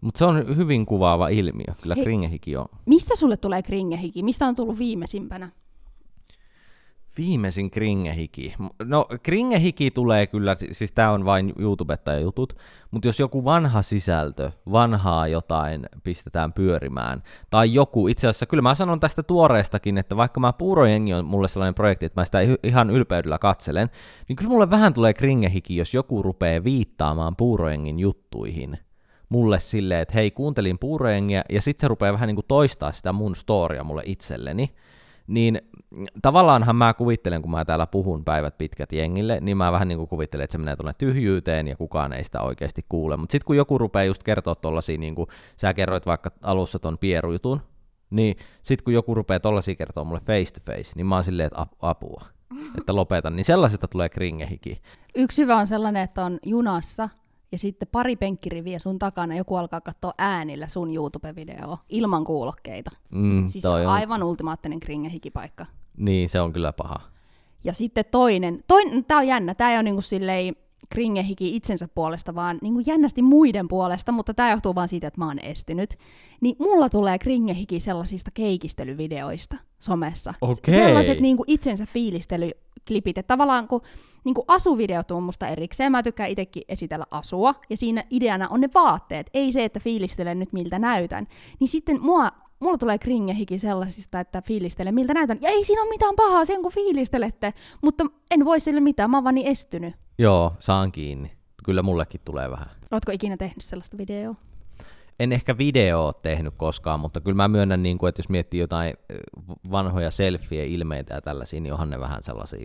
[SPEAKER 1] Mutta se on hyvin kuvaava ilmiö, kyllä kringehiki on.
[SPEAKER 2] Mistä sulle tulee kringehiki? Mistä on tullut viimeisimpänä?
[SPEAKER 1] Viimeisin kringehiki. No kringehiki tulee kyllä, siis tää on vain YouTubettajajutut, mutta jos joku vanha sisältö, vanhaa jotain pistetään pyörimään, tai joku, itse asiassa kyllä mä sanon tästä tuoreestakin, että vaikka mä Puurojengi on mulle sellainen projekti, että mä sitä ihan ylpeydellä katselen, niin kyllä mulle vähän tulee kringehiki, jos joku rupeaa viittaamaan Puurojengin juttuihin mulle silleen, että hei, kuuntelin Puurojengia, ja sit se rupeaa vähän niin kuin toistaa sitä mun storia mulle itselleni, niin tavallaanhan mä kuvittelen, kun mä täällä puhun päivät pitkät jengille, niin mä vähän niin kuin kuvittelen, että se menee tuonne tyhjyyteen ja kukaan ei sitä oikeasti kuule. Mutta sitten kun joku rupeaa just kertoa tollasia, niin kuin sä kerroit vaikka alussa ton pierujutun, niin sitten kun joku rupeaa tollasia kertoa mulle face to face, niin mä oon silleen, että apua, että lopetan. Niin sellaisesta tulee kringehiki.
[SPEAKER 2] Yksi hyvä on sellainen, että on junassa ja sitten pari penkkiriviä sun takana joku alkaa katsoa äänillä sun YouTube-videoa ilman kuulokkeita. Siis aivan ultimaattinen kringehikipaikka.
[SPEAKER 1] Niin, se on kyllä paha.
[SPEAKER 2] Ja sitten toinen tää on jännä, tää ei ole niinku silleen kringehiki itsensä puolesta, vaan niinku jännästi muiden puolesta, mutta tää johtuu vaan siitä, että mä oon estynyt. Niin mulla tulee kringehiki sellaisista keikistelyvideoista somessa.
[SPEAKER 1] Okei.
[SPEAKER 2] Sellaiset niinku itsensä fiilistelyklipit, että tavallaan kun niinku asuvideot on musta erikseen, mä tykkään itsekin esitellä asua, ja siinä ideana on ne vaatteet, ei se, että fiilistelen nyt miltä näytän. Niin sitten mulla tulee kringehiki sellaisista, että fiilistelen miltä näytän. Ja ei siinä ole mitään pahaa sen, kun fiilistelette, mutta en voi sille mitään, mä oon vaan niin estynyt.
[SPEAKER 1] Joo, saan kiinni. Kyllä mullekin tulee vähän.
[SPEAKER 2] Ootko ikinä tehnyt sellaista videoa?
[SPEAKER 1] En ehkä videoa tehnyt koskaan, mutta kyllä mä myönnän, että jos miettii jotain vanhoja selfie-ilmeitä ja tällaisia, niin onhan ne vähän sellaisia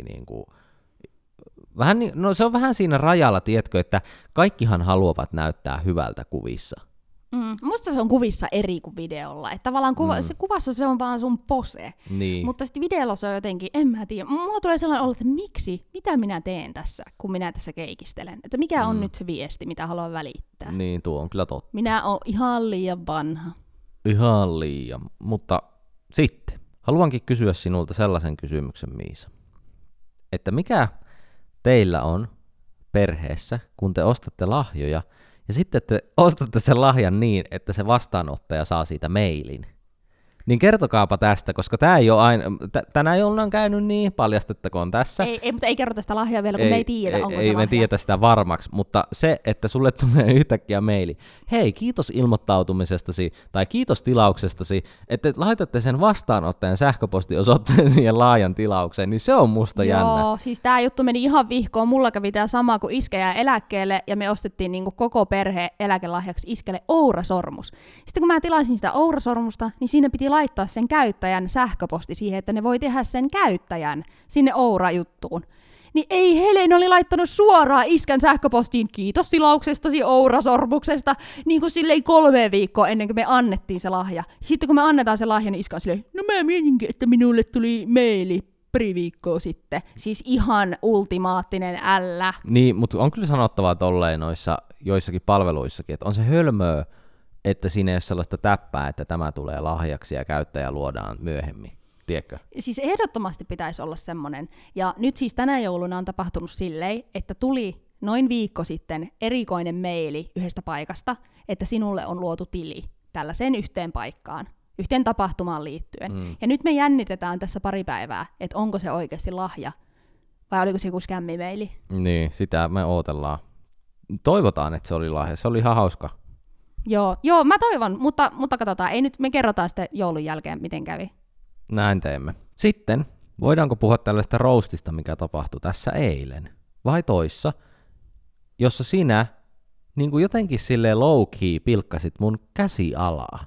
[SPEAKER 1] no se on vähän siinä rajalla, tiedätkö, että kaikkihan haluavat näyttää hyvältä kuvissa.
[SPEAKER 2] Musta se on kuvissa eri kuin videolla. Että tavallaan se kuvassa se on vaan sun pose.
[SPEAKER 1] Niin.
[SPEAKER 2] Mutta sitten videolla se on jotenkin, en mä tiedä. Mulla tulee sellainen olo, että mitä minä teen tässä, kun minä tässä keikistelen. Että mikä on nyt se viesti, mitä haluan välittää.
[SPEAKER 1] Niin, tuo on kyllä totta.
[SPEAKER 2] Minä oon ihan liian vanha.
[SPEAKER 1] Ihan liian. Mutta sitten, haluankin kysyä sinulta sellaisen kysymyksen, Miisa. Että mikä teillä on perheessä, kun te ostatte lahjoja, ja sitten te ostatte sen lahjan niin, että se vastaanottaja saa siitä mailin. Niin kertokaapa tästä, koska tämä ei ole aina, tänä jouluna on käynyt niin, paljastettakoon tässä.
[SPEAKER 2] Mutta ei kerrota sitä lahjaa vielä, kun me ei tiedä, onko se lahja.
[SPEAKER 1] Ei me tiedä sitä varmaksi, mutta se, että sulle tulee yhtäkkiä maili, hei, kiitos ilmoittautumisestasi, tai kiitos tilauksestasi, että laitatte sen vastaanottajan sähköpostiosoitteen siihen laajan tilaukseen, niin se on musta jännä.
[SPEAKER 2] Joo, siis tää juttu meni ihan vihkoon, mulla kävi tää sama, kun iskä jää eläkkeelle, ja me ostettiin niinku koko perhe eläkelahjaksi iskelle Oura-sormus. Sitten kun mä tilasin sitä Oura-sormusta, niin siinä piti laittaa sen käyttäjän sähköposti siihen, että ne voi tehdä sen käyttäjän sinne Oura-juttuun. Niin ei Helen oli laittanut suoraan iskän sähköpostiin kiitos tilauksestasi Oura-sormuksesta, niin kuin silleen 3 viikkoa ennen kuin me annettiin se lahja. Sitten kun me annetaan se lahja, niin iska on silleen, no mä mietinkin, että minulle tuli maili pari viikkoa sitten. Siis ihan ultimaattinen ällä.
[SPEAKER 1] Niin, mutta on kyllä sanottavaa tolleen noissa joissakin palveluissakin, että on se hölmöä, että siinä ei ole sellaista täppää, että tämä tulee lahjaksi ja käyttäjä luodaan myöhemmin. Tiedätkö?
[SPEAKER 2] Siis ehdottomasti pitäisi olla semmoinen. Ja nyt siis tänä jouluna on tapahtunut silleen, että tuli noin viikko sitten erikoinen maili yhdestä paikasta, että sinulle on luotu tili tällaiseen yhteen paikkaan, yhteen tapahtumaan liittyen. Ja nyt me jännitetään tässä pari päivää, että onko se oikeasti lahja vai oliko se joku skämmimeili.
[SPEAKER 1] Niin, sitä me odotellaan. Toivotaan, että se oli lahja. Se oli ihan hauska.
[SPEAKER 2] Joo, mä toivon, mutta katsotaan. Ei nyt, me kerrotaan sitten joulun jälkeen, miten kävi.
[SPEAKER 1] Näin teemme. Sitten, voidaanko puhua tällaista roastista, mikä tapahtui tässä eilen, vai toissa, jossa sinä niin kuin jotenkin silleen low-key pilkkasit mun käsialaa.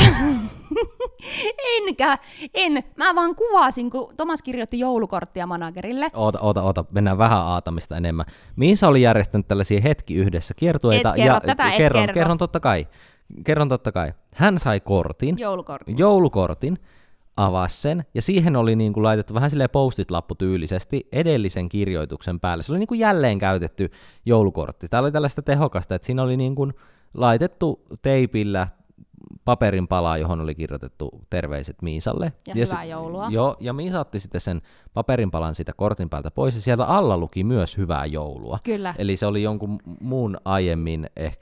[SPEAKER 2] En. Mä vaan kuvasin, kun Tomas kirjoitti joulukorttia managerille.
[SPEAKER 1] Oota, mennään vähän aatamista enemmän. Miisa oli järjestänyt tällaisia hetki yhdessä kiertueita. Kerron totta kai. Hän sai kortin. Joulukortin. Avasi sen, ja siihen oli niin kuin laitettu vähän silleen post-it-lappu tyylisesti edellisen kirjoituksen päälle. Se oli niin kuin jälleen käytetty joulukortti. Tämä oli tällaista tehokasta, että siinä oli niin kuin laitettu teipillä paperin palaa, johon oli kirjoitettu terveiset Miisalle.
[SPEAKER 2] Ja hyvää joulua.
[SPEAKER 1] Joo, ja Miisa otti sitten sen paperin palan siitä kortin päältä pois, ja sieltä alla luki myös hyvää joulua.
[SPEAKER 2] Kyllä.
[SPEAKER 1] Eli se oli jonkun muun aiemmin ehkä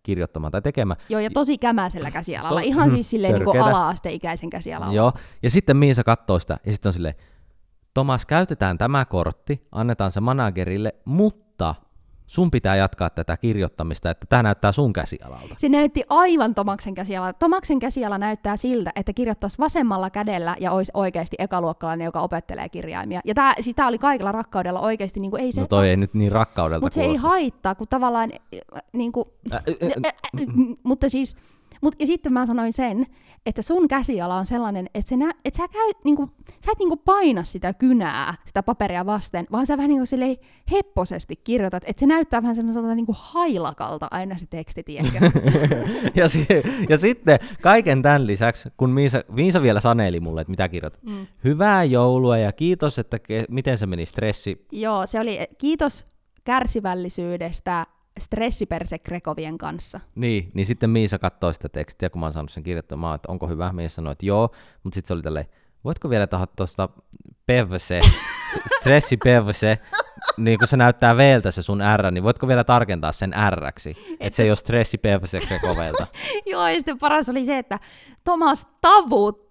[SPEAKER 1] kirjoittamaan tai tekemään.
[SPEAKER 2] Joo, ja tosi kämäisellä käsialalla. Ihan siis silleen niin kuin ala-asteikäisen käsialalla.
[SPEAKER 1] Joo, ja sitten Miisa katsoo sitä, ja sitten on silleen, Tomas, käytetään tämä kortti, annetaan se managerille, mutta sun pitää jatkaa tätä kirjoittamista, että tämä näyttää sun käsialalta.
[SPEAKER 2] Se näytti aivan Tomaksen käsialalta. Tomaksen käsiala näyttää siltä, että kirjoittaisi vasemmalla kädellä ja olisi oikeasti ekaluokkalainen, joka opettelee kirjaimia. Ja tämä siis oli kaikella rakkaudella oikeasti, niin kuin, ei se...
[SPEAKER 1] No toi ei nyt niin rakkaudelta
[SPEAKER 2] mutta se ei haittaa, kun tavallaan... Niin kuin, mutta siis... ja sitten mä sanoin sen, että sun käsiala on sellainen, että sä et niinku paina sitä kynää, sitä paperia vasten, vaan sä vähän niinku silleen hepposesti kirjoitat, että se näyttää vähän semmoiselta niinku hailakalta aina se teksti, tiedätkö?
[SPEAKER 1] ja sitten kaiken tämän lisäksi, kun Miisa vielä saneli mulle, että mitä kirjoitat. Hyvää joulua ja kiitos, että miten se meni stressi.
[SPEAKER 2] Joo, se oli kiitos kärsivällisyydestä stressiperse Grekovien kanssa.
[SPEAKER 1] Niin sitten Miisa katsoi sitä tekstiä, kun mä oon saanut sen kirjoittamaan, että onko hyvä. Miisa sanoi, että joo, mutta sitten se oli tälleen, voitko vielä tahot tuosta PVC, stressipevse, niin kun se näyttää V:ltä se sun R, niin voitko vielä tarkentaa sen R:ksi, että se ei ole stressipevse Grekovelta.
[SPEAKER 2] Joo, ja sitten paras oli se, että Tomas tavutti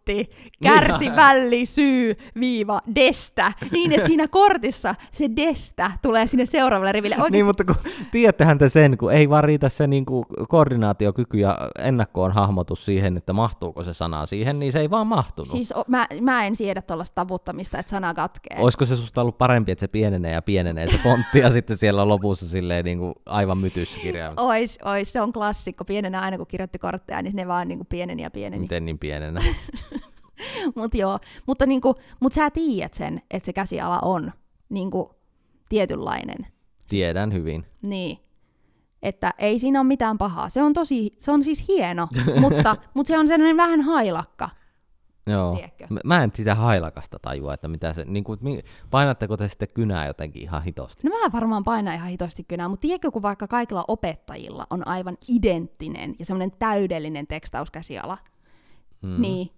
[SPEAKER 2] kärsivällisyy-destä, niin että siinä kortissa se destä tulee sinne seuraavalle riville. Oikeasti...
[SPEAKER 1] Niin, mutta kun tiedättehän te sen, kun ei vaan riitä se niin kuin koordinaatiokyky ja ennakkoon hahmotus siihen, että mahtuuko se sana siihen, niin se ei vaan mahtunut.
[SPEAKER 2] Siis mä en siedä tuollaista tavuttamista, että sana katkee.
[SPEAKER 1] Olisiko se susta ollut parempi, että se pienenee se fontti ja sitten siellä lopussa silleen niin kuin aivan mytyssä kirjaimet?
[SPEAKER 2] Ois, se on klassikko. Pienenä aina kun kirjoitti kortteja, niin ne vaan niin kuin pieneni ja pieneni.
[SPEAKER 1] Miten niin pienenä?
[SPEAKER 2] Mutta sä tiedät sen, että se käsiala on niinku tietynlainen.
[SPEAKER 1] Tiedän hyvin.
[SPEAKER 2] Niin, että ei siinä ole mitään pahaa. Se on siis hieno, mutta se on sellainen vähän hailakka.
[SPEAKER 1] Joo, mä en sitä hailakasta tajua, että mitä se, niin kuin, painatteko te sitten kynää jotenkin ihan hitosti?
[SPEAKER 2] No mä varmaan painaa ihan hitosti kynää, mutta tiedätkö, kun vaikka kaikilla opettajilla on aivan identtinen ja semmoinen täydellinen tekstauskäsiala, niin,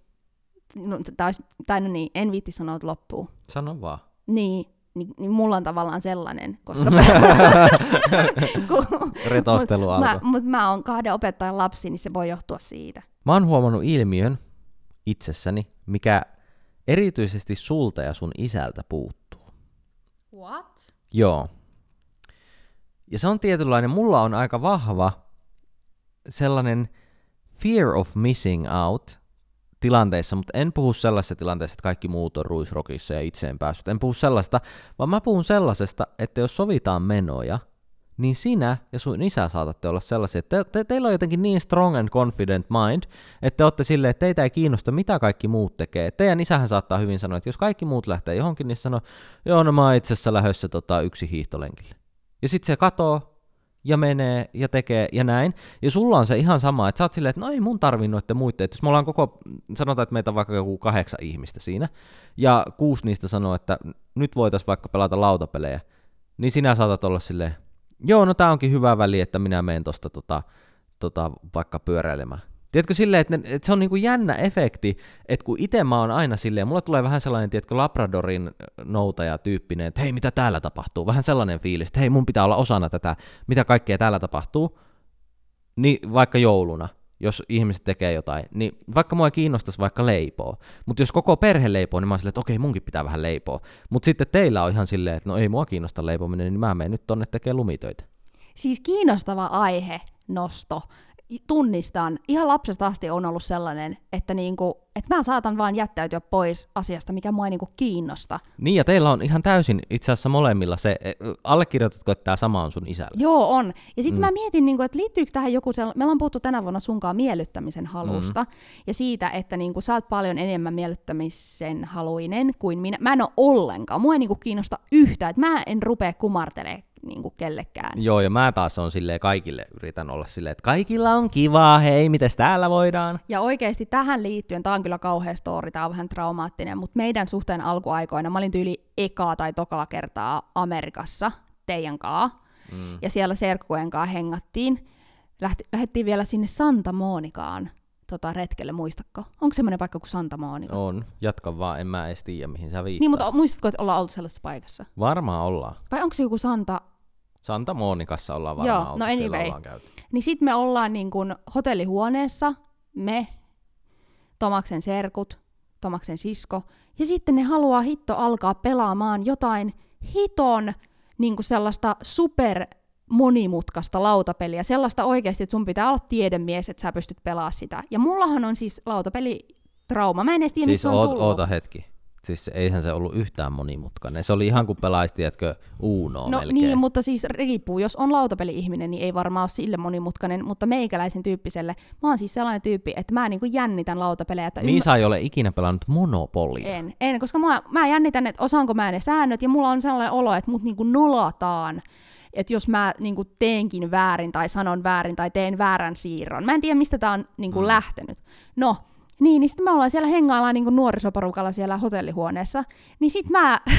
[SPEAKER 2] niin, en viitti sanoa loppuun.
[SPEAKER 1] Sano vaan.
[SPEAKER 2] Niin mulla on tavallaan sellainen, koska
[SPEAKER 1] retostelu alkoi.
[SPEAKER 2] Mutta mä oon 2 opettajan lapsi, niin se voi johtua siitä.
[SPEAKER 1] Mä oon huomannut ilmiön itsessäni, mikä erityisesti sulta ja sun isältä puuttuu.
[SPEAKER 2] What?
[SPEAKER 1] Joo. Ja se on tietynlainen, mulla on aika vahva sellainen fear of missing out tilanteissa, mutta en puhu sellaisessa tilanteessa, että kaikki muut on ruisrockissa ja itse en päässyt. En puhu sellaista, vaan mä puhun sellaisesta, että jos sovitaan menoja, niin sinä ja sun isä saatatte olla sellaisia, että teillä on jotenkin niin strong and confident mind, että te olette silleen, että teitä ei kiinnosta, mitä kaikki muut tekee. Teidän isähän saattaa hyvin sanoa, että jos kaikki muut lähtee johonkin, niin se sanoo, joo, no mä oon itse asiassa lähdössä yksi hiihtolenkille. Ja sitten se katoo ja menee ja tekee ja näin. Ja sulla on se ihan sama, että sä oot silleen, että no ei mun tarvii noitten muiden. Että jos me ollaan sanotaan, että meitä on vaikka joku 8 ihmistä siinä, ja 6 niistä sanoo, että nyt voitaisiin vaikka pelata lautapelejä, niin sinä saatat olla silleen, joo, no tää onkin hyvä väli, että minä menen tosta vaikka pyöräilemään. Tiedätkö silleen, että se on niinku jännä efekti, että kun itse mä oon aina silleen, mulla tulee vähän sellainen, tiedätkö, Labradorin noutaja-tyyppinen, että hei, mitä täällä tapahtuu? Vähän sellainen fiilis, että hei, mun pitää olla osana tätä, mitä kaikkea täällä tapahtuu. Niin vaikka jouluna, jos ihmiset tekee jotain, niin vaikka mua ei kiinnostaisi vaikka leipoa, mutta jos koko perhe leipoo, niin mä oon silleen, että okei, munkin pitää vähän leipoa. Mutta sitten teillä on ihan silleen, että no ei mua kiinnosta leipominen, niin mä menen nyt tonne tekemään lumitöitä.
[SPEAKER 2] Siis kiinnostava aihe, nosto. Tunnistan, ihan lapsesta asti on ollut sellainen, että mä saatan vaan jättäytyä pois asiasta, mikä mua ei kiinnosta.
[SPEAKER 1] Niin, ja teillä on ihan täysin itse asiassa molemmilla se, allekirjoitatko, että tämä sama on sun isällä?
[SPEAKER 2] Joo, on. Ja sitten mä mietin, että liittyykö tähän joku sellainen, meillä on puhuttu tänä vuonna sunkaan miellyttämisen halusta, ja siitä, että sä oot paljon enemmän miellyttämisen haluinen kuin minä. Mä en ole ollenkaan, mua ei kiinnosta yhtään, että mä en rupea kumartelemaan kellekään.
[SPEAKER 1] Joo, ja mä taas on silleen kaikille, yritän olla silleen, että kaikilla on kivaa, hei, mites täällä voidaan?
[SPEAKER 2] Ja oikeasti tähän liittyen, tää on kyllä kauhea story, tää on vähän traumaattinen, mutta meidän suhteen alkuaikoina, mä olin tyyli ekaa tai tokaa kertaa Amerikassa teidän kaa, ja siellä serkkujen kaa hengattiin. Lähdettiin vielä sinne Santa Monicaan retkelle, muistatko? Onko semmoinen paikka kuin Santa Monica?
[SPEAKER 1] On, jatka vaan, en mä edes tiedä, mihin sä viittaa.
[SPEAKER 2] Niin, mutta muistatko, että ollaan oltu sellaisessa paikassa?
[SPEAKER 1] Varmaan ollaan.
[SPEAKER 2] Vai onko se joku Santa
[SPEAKER 1] Monicassa ollaan varmaan
[SPEAKER 2] oltu,
[SPEAKER 1] no anyway.
[SPEAKER 2] siellä ollaan käyty. niin sit me ollaan niin kuin hotellihuoneessa, me, Tomaksen serkut, Tomaksen sisko, ja sitten ne haluaa alkaa pelaamaan jotain hiton niin kuin sellaista super monimutkaista lautapeliä, sellaista oikeasti, että sun pitää olla tiedemies, että sä pystyt pelaamaan sitä. Ja mullahan on siis lautapelitrauma. Mä en edes tiedä,
[SPEAKER 1] siis
[SPEAKER 2] missä on tullut.
[SPEAKER 1] Oota hetki. Siis eihän se ollut yhtään monimutkainen. Se oli ihan kuin pelaisi, tiedätkö, Unoa
[SPEAKER 2] No
[SPEAKER 1] melkein.
[SPEAKER 2] niin, mutta siis riippuu. Jos on lautapeli-ihminen, niin ei varmaan ole sille monimutkainen, mutta meikäläisen tyyppiselle. Mä oon siis sellainen tyyppi, että mä niinku jännitän lautapelejä. Että
[SPEAKER 1] Miisa ei ole ikinä pelannut Monopolia.
[SPEAKER 2] En, koska mä jännitän, että osaanko mä ne säännöt, ja mulla on sellainen olo, että mut niinku nolataan. Että jos mä niinku teenkin väärin, tai sanon väärin, tai teen väärän siirron. Mä en tiedä, mistä tää on niinku lähtenyt. No, niin sitten me ollaan siellä hengaillaan niinku nuorisoporukalla siellä hotellihuoneessa, niin sit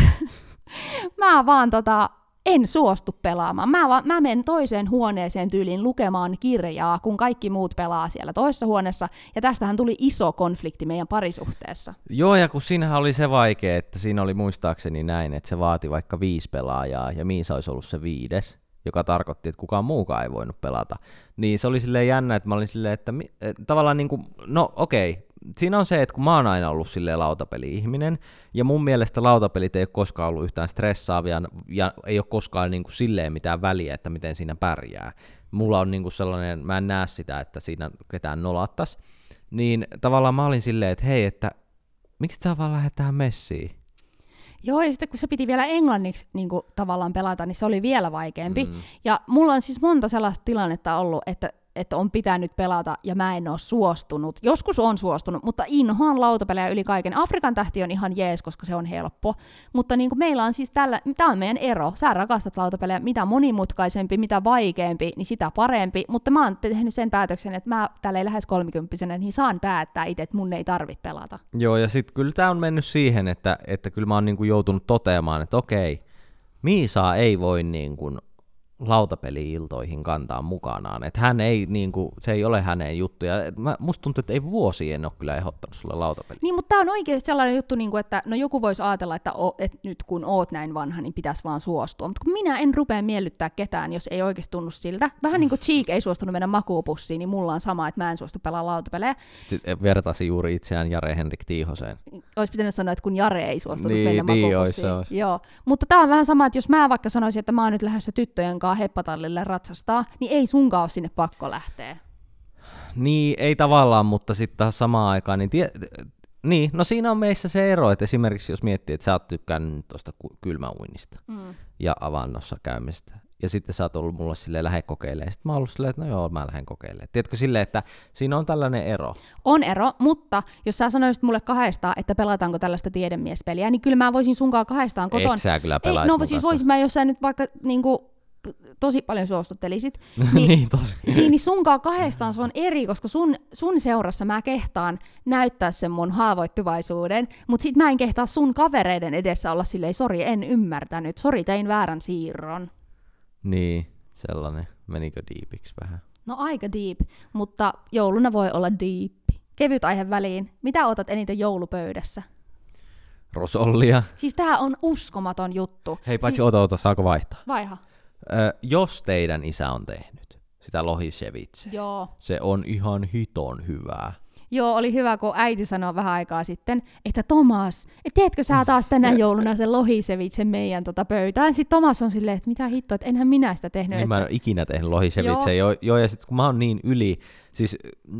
[SPEAKER 2] mä vaan en suostu pelaamaan. Mä menen toiseen huoneeseen tyyliin lukemaan kirjaa, kun kaikki muut pelaa siellä toisessa huoneessa, ja tästähän tuli iso konflikti meidän parisuhteessa.
[SPEAKER 1] Joo, ja kun siinähän oli se vaikea, että siinä oli muistaakseni näin, että se vaati vaikka 5 pelaajaa, ja Miisa olisi ollut se 5, joka tarkoitti, että kukaan muukaan ei voinut pelata. Niin se oli silleen jännä, että mä olin silleen, että tavallaan niinku, no okei, siinä on se, että kun mä oon aina ollut silleen lautapeli-ihminen, ja mun mielestä lautapelit ei ole koskaan ollut yhtään stressaavia, ja ei ole koskaan niinku silleen mitään väliä, että miten siinä pärjää. Mulla on niinku sellainen, mä en näe sitä, että siinä ketään nolattas. Niin tavallaan mä olin silleen, että hei, että miksi sä vaan lähdet tähän messiin?
[SPEAKER 2] Joo, ja sitten kun se piti vielä englanniksi niin kuin tavallaan pelata, niin se oli vielä vaikeampi. Ja mulla on siis monta sellaista tilannetta ollut, että on pitänyt pelata ja mä en ole suostunut. Joskus on suostunut, mutta inhoan lautapelejä yli kaiken. Afrikan tähti on ihan jees, koska se on helppo. Mutta niin kuin meillä on siis tämä on meidän ero. Sä rakastat lautapelejä, mitä monimutkaisempi, mitä vaikeampi, niin sitä parempi. Mutta mä oon tehnyt sen päätöksen, että mä tälleen lähes 30-vuotiaana, niin saan päättää itse, että mun ei tarvitse pelata.
[SPEAKER 1] Joo, ja sitten kyllä tää on mennyt siihen, että kyllä mä oon niinku joutunut toteamaan, että okei, Miisaa ei voi niinku lautapeli-iltoihin kantaa mukanaan. Että hän ei, niinku, se ei ole hänen juttuja. Musta tuntuu, että ei vuosien ole kyllä ehdottanut sulle lautapeliä.
[SPEAKER 2] Niin, mutta tämä on oikeasti sellainen juttu, niin kuin, että no joku voisi ajatella, että nyt kun oot näin vanha, niin pitäisi vaan suostua. Mutta kun minä en rupea miellyttää ketään, jos ei oikeasti tunnu siltä. Vähän niin kuin Cheek ei suostunut mennä makuupussiin, niin mulla on sama, että mä en suostu pelaa lautapelejä.
[SPEAKER 1] Vertasi juuri itseään Jare-Henrik Tiihoseen.
[SPEAKER 2] Olisi pitänyt sanoa, että kun Jare ei suostunut
[SPEAKER 1] niin,
[SPEAKER 2] mennä makuupussiin.
[SPEAKER 1] Olisi.
[SPEAKER 2] Joo. Mutta tämä on vähän sama, että jos mä vaikka sanoisin, että mä oon nyt lähdössä tyttöjen kanssa heppatallille ratsastaa, niin ei sunkaan ole sinne pakko lähteä.
[SPEAKER 1] Niin, ei tavallaan, mutta sitten taas samaan aikaan, niin, no siinä on meissä se ero, että esimerkiksi jos miettii, että sä oot tykkännyt tuosta kylmäuinnista ja avannossa käymisestä, ja sitten sä oot ollut mulle silleen lähde kokeilemaan, sitten mä oon ollut silleen, että no joo, mä lähden kokeilemaan. Tiedätkö silleen, että siinä on tällainen ero?
[SPEAKER 2] On ero, mutta jos sä sanoisit mulle kahdestaan, että pelataanko tällaista tiedemiespeliä, niin kyllä mä voisin sunkaan kahdestaan koton.
[SPEAKER 1] Et sä kyllä pelaisi mun
[SPEAKER 2] siis
[SPEAKER 1] kanssa.
[SPEAKER 2] voisin mä, jos sä nyt vaikka niinku tosi paljon suostuttelisit,
[SPEAKER 1] niin, tosi.
[SPEAKER 2] niin sunkaan kahdestaan se on eri, koska sun seurassa mä kehtaan näyttää sen mun haavoittuvaisuuden, mutta sit mä en kehtaa sun kavereiden edessä olla silleen, sori, en ymmärtänyt, sori, tein väärän siirron.
[SPEAKER 1] Niin, sellainen. Menikö diipiksi vähän?
[SPEAKER 2] No aika deep, mutta jouluna voi olla deep. Kevyt aihe väliin. Mitä otat eniten joulupöydässä?
[SPEAKER 1] Rosollia.
[SPEAKER 2] Siis tää on uskomaton juttu.
[SPEAKER 1] Hei, paitsi
[SPEAKER 2] siis...
[SPEAKER 1] ota, saako vaihtaa?
[SPEAKER 2] Vaiha.
[SPEAKER 1] Jos teidän isä on tehnyt sitä lohisevitse,
[SPEAKER 2] Joo.
[SPEAKER 1] se on ihan hiton hyvää.
[SPEAKER 2] Joo, oli hyvä, kun äiti sanoi vähän aikaa sitten, että Tomas, teetkö sä taas tänä jouluna sen lohisevitsen meidän pöytään? Sitten Tomas on silleen, että mitä hittoa, että enhän minä sitä tehnyt.
[SPEAKER 1] Niin, mä en ole ikinä tehnyt lohisevitse. Joo, ja sitten kun mä oon niin yli, siis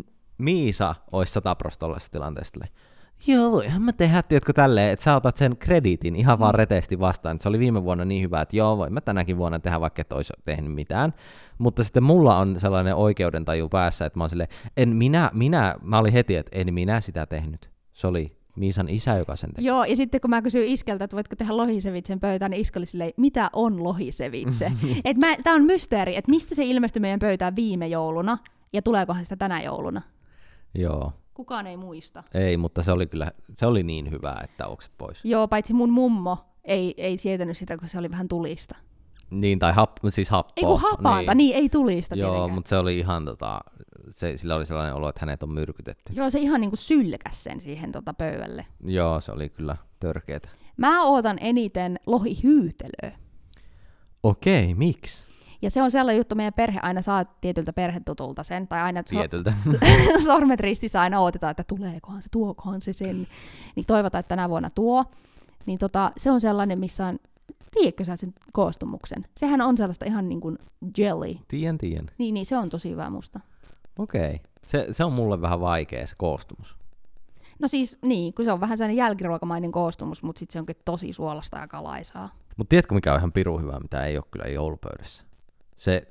[SPEAKER 1] Miisa olisi 100% tollaisessa tilanteessa. Joo, voihan mä tehdä, tiedätkö, tälleen, että sä otat sen krediitin ihan vaan reteesti vastaan. Se oli viime vuonna niin hyvä, että joo, voin mä tänäkin vuonna tehdä, vaikka et olisi tehnyt mitään. Mutta sitten mulla on sellainen oikeudentaju päässä, että mä oon silleen, mä olin heti, että en minä sitä tehnyt. Se oli Miisan isä, joka sen teki.
[SPEAKER 2] Joo, ja sitten kun mä kysyin iskeltä, että voitko tehdä lohisevitsen pöytään, niin iska oli silleen, mitä on lohisevitse? Tää on mysteeri, että mistä se ilmestyi meidän pöytään viime jouluna, ja tuleekohan sitä tänä jouluna?
[SPEAKER 1] Joo.
[SPEAKER 2] Kukaan ei muista.
[SPEAKER 1] Ei, mutta se oli niin hyvä, että okset pois.
[SPEAKER 2] Joo, paitsi mun mummo ei sietänyt sitä, kun se oli vähän tulista.
[SPEAKER 1] Niin, tai siis happoa.
[SPEAKER 2] Ei kun hapaata, niin ei tulista
[SPEAKER 1] joo,
[SPEAKER 2] tietenkään.
[SPEAKER 1] mutta se oli ihan sillä oli sellainen olo, että hänet on myrkytetty.
[SPEAKER 2] Joo, se ihan niinku sylkäs sen siihen pöydälle.
[SPEAKER 1] Joo, se oli kyllä törkeetä.
[SPEAKER 2] Mä ootan eniten lohihyytelöä.
[SPEAKER 1] Okei, miksi?
[SPEAKER 2] Ja se on sellainen juttu, meidän perhe aina saa tietyltä perhetutulta sen, tai aina
[SPEAKER 1] Tietyltä.
[SPEAKER 2] sormet ristissä aina odotetaan, että tuleekohan se, tuokohan se sen. Niin toivotaan, että tänä vuonna tuo. Niin se on sellainen, missä on, tiedätkö sä sen koostumuksen? Sehän on sellaista ihan niin kuin jelly.
[SPEAKER 1] Tiedän.
[SPEAKER 2] Niin, se on tosi hyvä musta.
[SPEAKER 1] Okei. Se on mulle vähän vaikea se koostumus.
[SPEAKER 2] No siis niin, kun se on vähän sellainen jälkiruokamainen koostumus, mutta sitten se onkin tosi suolasta ja kalaisaa.
[SPEAKER 1] Mutta tiedätkö mikä on ihan pirun hyvä, mitä ei ole kyllä joulupöydässä? Se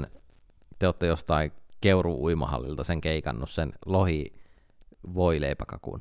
[SPEAKER 1] te olette jostain Keuruu-uimahallilta sen keikannut, sen lohi voileipäkakun.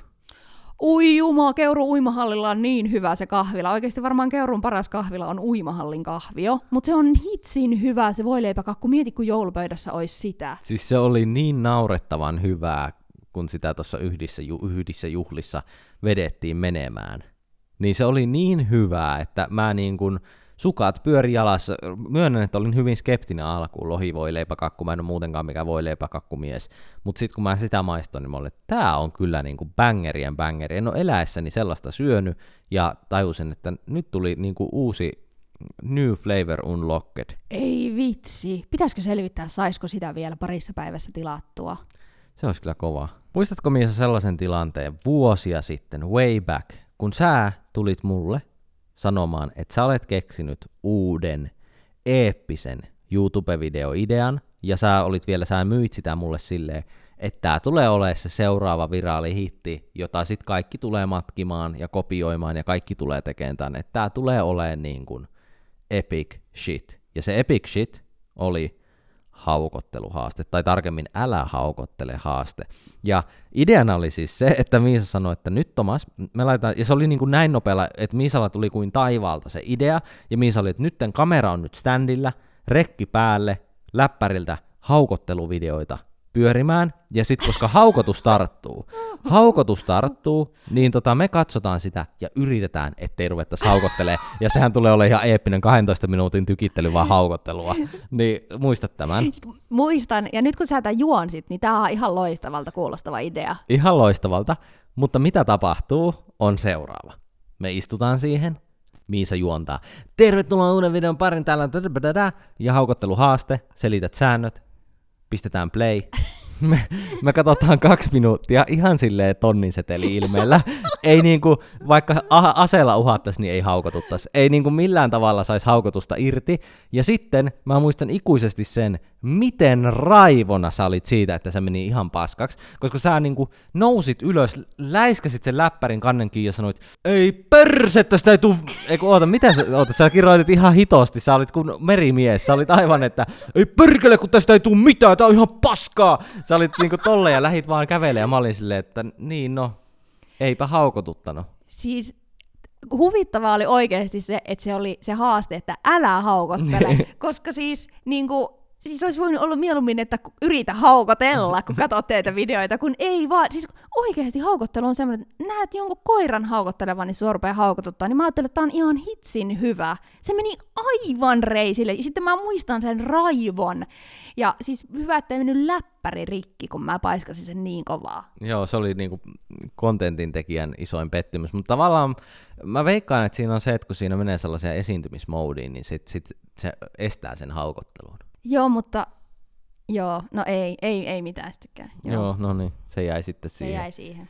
[SPEAKER 2] Ui juma, Keurun uimahallilla on niin hyvä se kahvila. Oikeasti varmaan Keurun paras kahvila on uimahallin kahvio, mutta se on hitsin hyvä se voileipäkakku. Mieti, kun joulupöydässä olisi sitä.
[SPEAKER 1] Siis se oli niin naurettavan hyvää, kun sitä tuossa yhdissä juhlissa vedettiin menemään. Niin se oli niin hyvää, että mä niin kuin sukat pyöri jalassa. Myönnän, että olin hyvin skeptinen alkuun lohivoileipäkakku. Mä en ole muutenkaan mikään voileipäkakkumies. Mutta sitten kun mä sitä maistoin, niin mä olin, että tää on kyllä niin kuin bangerien bangeri. En ole eläessäni sellaista syönyt ja tajusin, että nyt tuli niin kuin uusi new flavor unlocked.
[SPEAKER 2] Ei vitsi. Pitäisikö selvittää, saisiko sitä vielä parissa päivässä tilattua?
[SPEAKER 1] Se olisi kyllä kova. Muistatko Miisa sellaisen tilanteen vuosia sitten, way back, kun sä tulit mulle sanomaan, että sä olet keksinyt uuden eeppisen YouTube-videoidean, ja sä myit sitä mulle silleen, että tää tulee olemaan se seuraava viraali hitti, jota sit kaikki tulee matkimaan ja kopioimaan, ja kaikki tulee tekemään tänne. Että tää tulee olemaan niin kuin epic shit. Ja se epic shit oli haukotteluhaaste, tai tarkemmin älä haukottele haaste. Ja ideana oli siis se, että Miisa sanoi, että nyt Tomas, me laitetaan, ja se oli niin kuin näin nopealla, että Miisalla tuli kuin taivaalta se idea, ja Miisa oli, että nytten kamera on nyt standilla, rekki päälle, läppäriltä haukotteluvideoita pyörimään, ja sitten koska haukotus tarttuu, niin me katsotaan sitä ja yritetään, ettei ruvettaisi haukottelemaan, ja sehän tulee olemaan ihan eeppinen 12 minuutin tykittely vaan haukottelua. Niin muistat tämän?
[SPEAKER 2] Muistan, ja nyt kun sä tätä juonsit, niin tää on ihan loistavalta kuulostava idea.
[SPEAKER 1] Ihan loistavalta, mutta mitä tapahtuu on seuraava. Me istutaan siihen, Miisa juontaa. Tervetuloa uuden videon parin täällä, ja haukotteluhaaste, selität säännöt, pistetään play. Me katsotaan 2 minuuttia ihan silleen tonnin seteli ilmeellä. Ei niinku, vaikka aseella uhattaisi, niin ei haukotuttaisi. Ei niinku millään tavalla saisi haukotusta irti. Ja sitten mä muistan ikuisesti sen, miten raivona sä olit siitä, että se meni ihan paskaksi. Koska sä niinku nousit ylös, läiskäsit sen läppärin kannenkin ja sanoit, ei persettä, sitä ei tuu... Sä kirjoitit ihan hitosti, sä olit kuin merimies. Sä olit aivan, että ei perkele, kun tästä ei tuu mitään, tää on ihan paskaa. Sä olit niinku tolle ja lähit vaan kävelemään ja mä olin silleen, että niin no, eipä haukotuttanut.
[SPEAKER 2] Siis huvittavaa oli oikeasti se, että se oli se haaste, että älä haukottele, koska siis niinku, siis olisi voinut olla mieluummin, että yritä haukotella, kun katsot teitä videoita, kun ei vaan, siis oikeasti haukottelu on semmoinen, että näet jonkun koiran haukottelevan, niin sua rupeaa haukotuttaa, niin mä ajattelin, että tää on ihan hitsin hyvä. Se meni aivan reisille, ja sitten mä muistan sen raivon, ja siis hyvä, että ei mennyt läppäri rikki, kun mä paiskasin sen niin kovaa.
[SPEAKER 1] Joo, se oli niinku kontentin tekijän isoin pettymys, mutta tavallaan mä veikkaan, että siinä on se, että kun siinä menee sellaisia esiintymismoodiin, niin sit se estää sen haukottelun.
[SPEAKER 2] Joo, mutta no ei mitään sittenkään.
[SPEAKER 1] Joo, no niin, se jäi sitten siihen.
[SPEAKER 2] Se jäi siihen.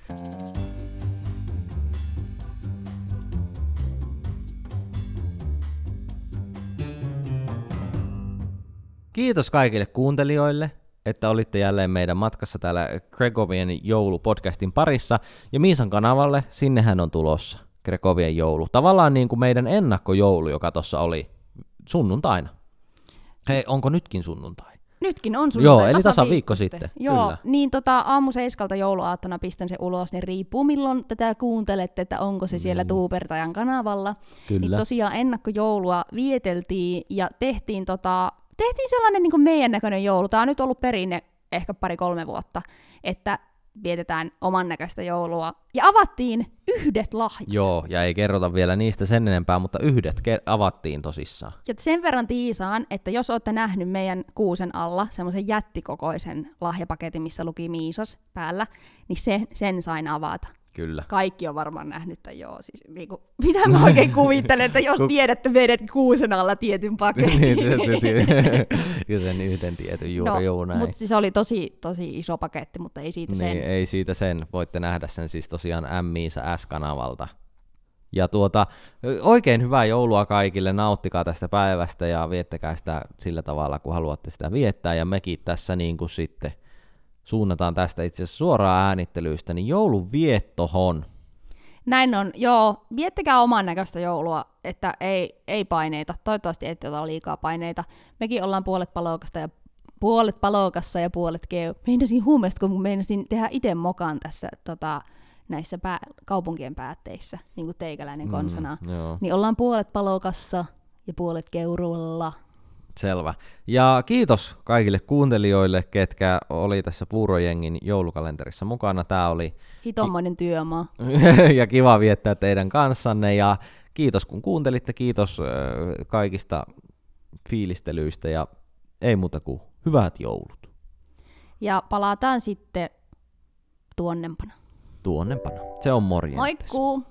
[SPEAKER 1] Kiitos kaikille kuuntelijoille, että olitte jälleen meidän matkassa täällä Gregovien joulupodcastin parissa. Ja Miisan kanavalle, sinnehän on tulossa Gregovien joulu. Tavallaan niin kuin meidän ennakkojoulu, joka tuossa oli sunnuntaina. Hei, onko nytkin sunnuntai?
[SPEAKER 2] Nytkin on sunnuntai.
[SPEAKER 1] Joo, eli tasan viikko sitten.
[SPEAKER 2] Joo,
[SPEAKER 1] kyllä.
[SPEAKER 2] Niin aamu 7 jouluaattona pistän se ulos, niin riippuu milloin tätä kuuntelette, että onko se siellä Tuubertajan kanavalla.
[SPEAKER 1] Kyllä.
[SPEAKER 2] Niin tosiaan ennakkojoulua vieteltiin ja tehtiin sellainen niin kuin meidän näköinen joulu. Tämä on nyt ollut perinne ehkä 2-3 vuotta, että vietetään oman näköistä joulua. Ja avattiin 1 lahjat.
[SPEAKER 1] Joo, ja ei kerrota vielä niistä sen enempää, mutta 1 avattiin tosissaan.
[SPEAKER 2] Ja sen verran tiisaan, että jos olette nähnyt meidän kuusen alla semmoisen jättikokoisen lahjapaketin, missä luki Miisas päällä, niin sen sain avata.
[SPEAKER 1] Kyllä.
[SPEAKER 2] Kaikki on varmaan nähnyt tämän, joo. Siis, niinku, mitä mä oikein kuvittelen, että jos tiedätte meidän kuusen alla tietyn paketin.
[SPEAKER 1] Ja sen yhden tietyn juuri näin.
[SPEAKER 2] Mutta siis oli tosi iso paketti, mutta ei siitä sen.
[SPEAKER 1] Niin, ei siitä sen. Voitte nähdä sen siis tosiaan MI:ssä S-kanavalta. Ja oikein hyvää joulua kaikille, nauttikaa tästä päivästä ja viettäkää sitä sillä tavalla, kun haluatte sitä viettää. Ja mekin tässä niin kuin sitten suunnataan tästä itse asiassa suoraan äänittelyistä, niin joulun viettohon.
[SPEAKER 2] Näin on, joo. Viettäkää oman näköistä joulua, että ei paineita. Toivottavasti ette ota liikaa paineita. Mekin ollaan puolet palokassa ja puolet keu. Meinasin huumesta, kun meinasin tehdä itse mokan tässä näissä kaupunkien päätteissä, niin kuin teikäläinen konsana. Niin ollaan puolet palokassa ja puolet keurulla.
[SPEAKER 1] Selvä. Ja kiitos kaikille kuuntelijoille, ketkä oli tässä Puurojengin joulukalenterissa mukana. Tämä oli
[SPEAKER 2] hitommoinen työmaa.
[SPEAKER 1] Ja kiva viettää teidän kanssanne. Ja kiitos kun kuuntelitte, kiitos kaikista fiilistelyistä ja ei muuta kuin hyvät joulut.
[SPEAKER 2] Ja palataan sitten tuonnempana.
[SPEAKER 1] Se on morjentes.
[SPEAKER 2] Moikkuu!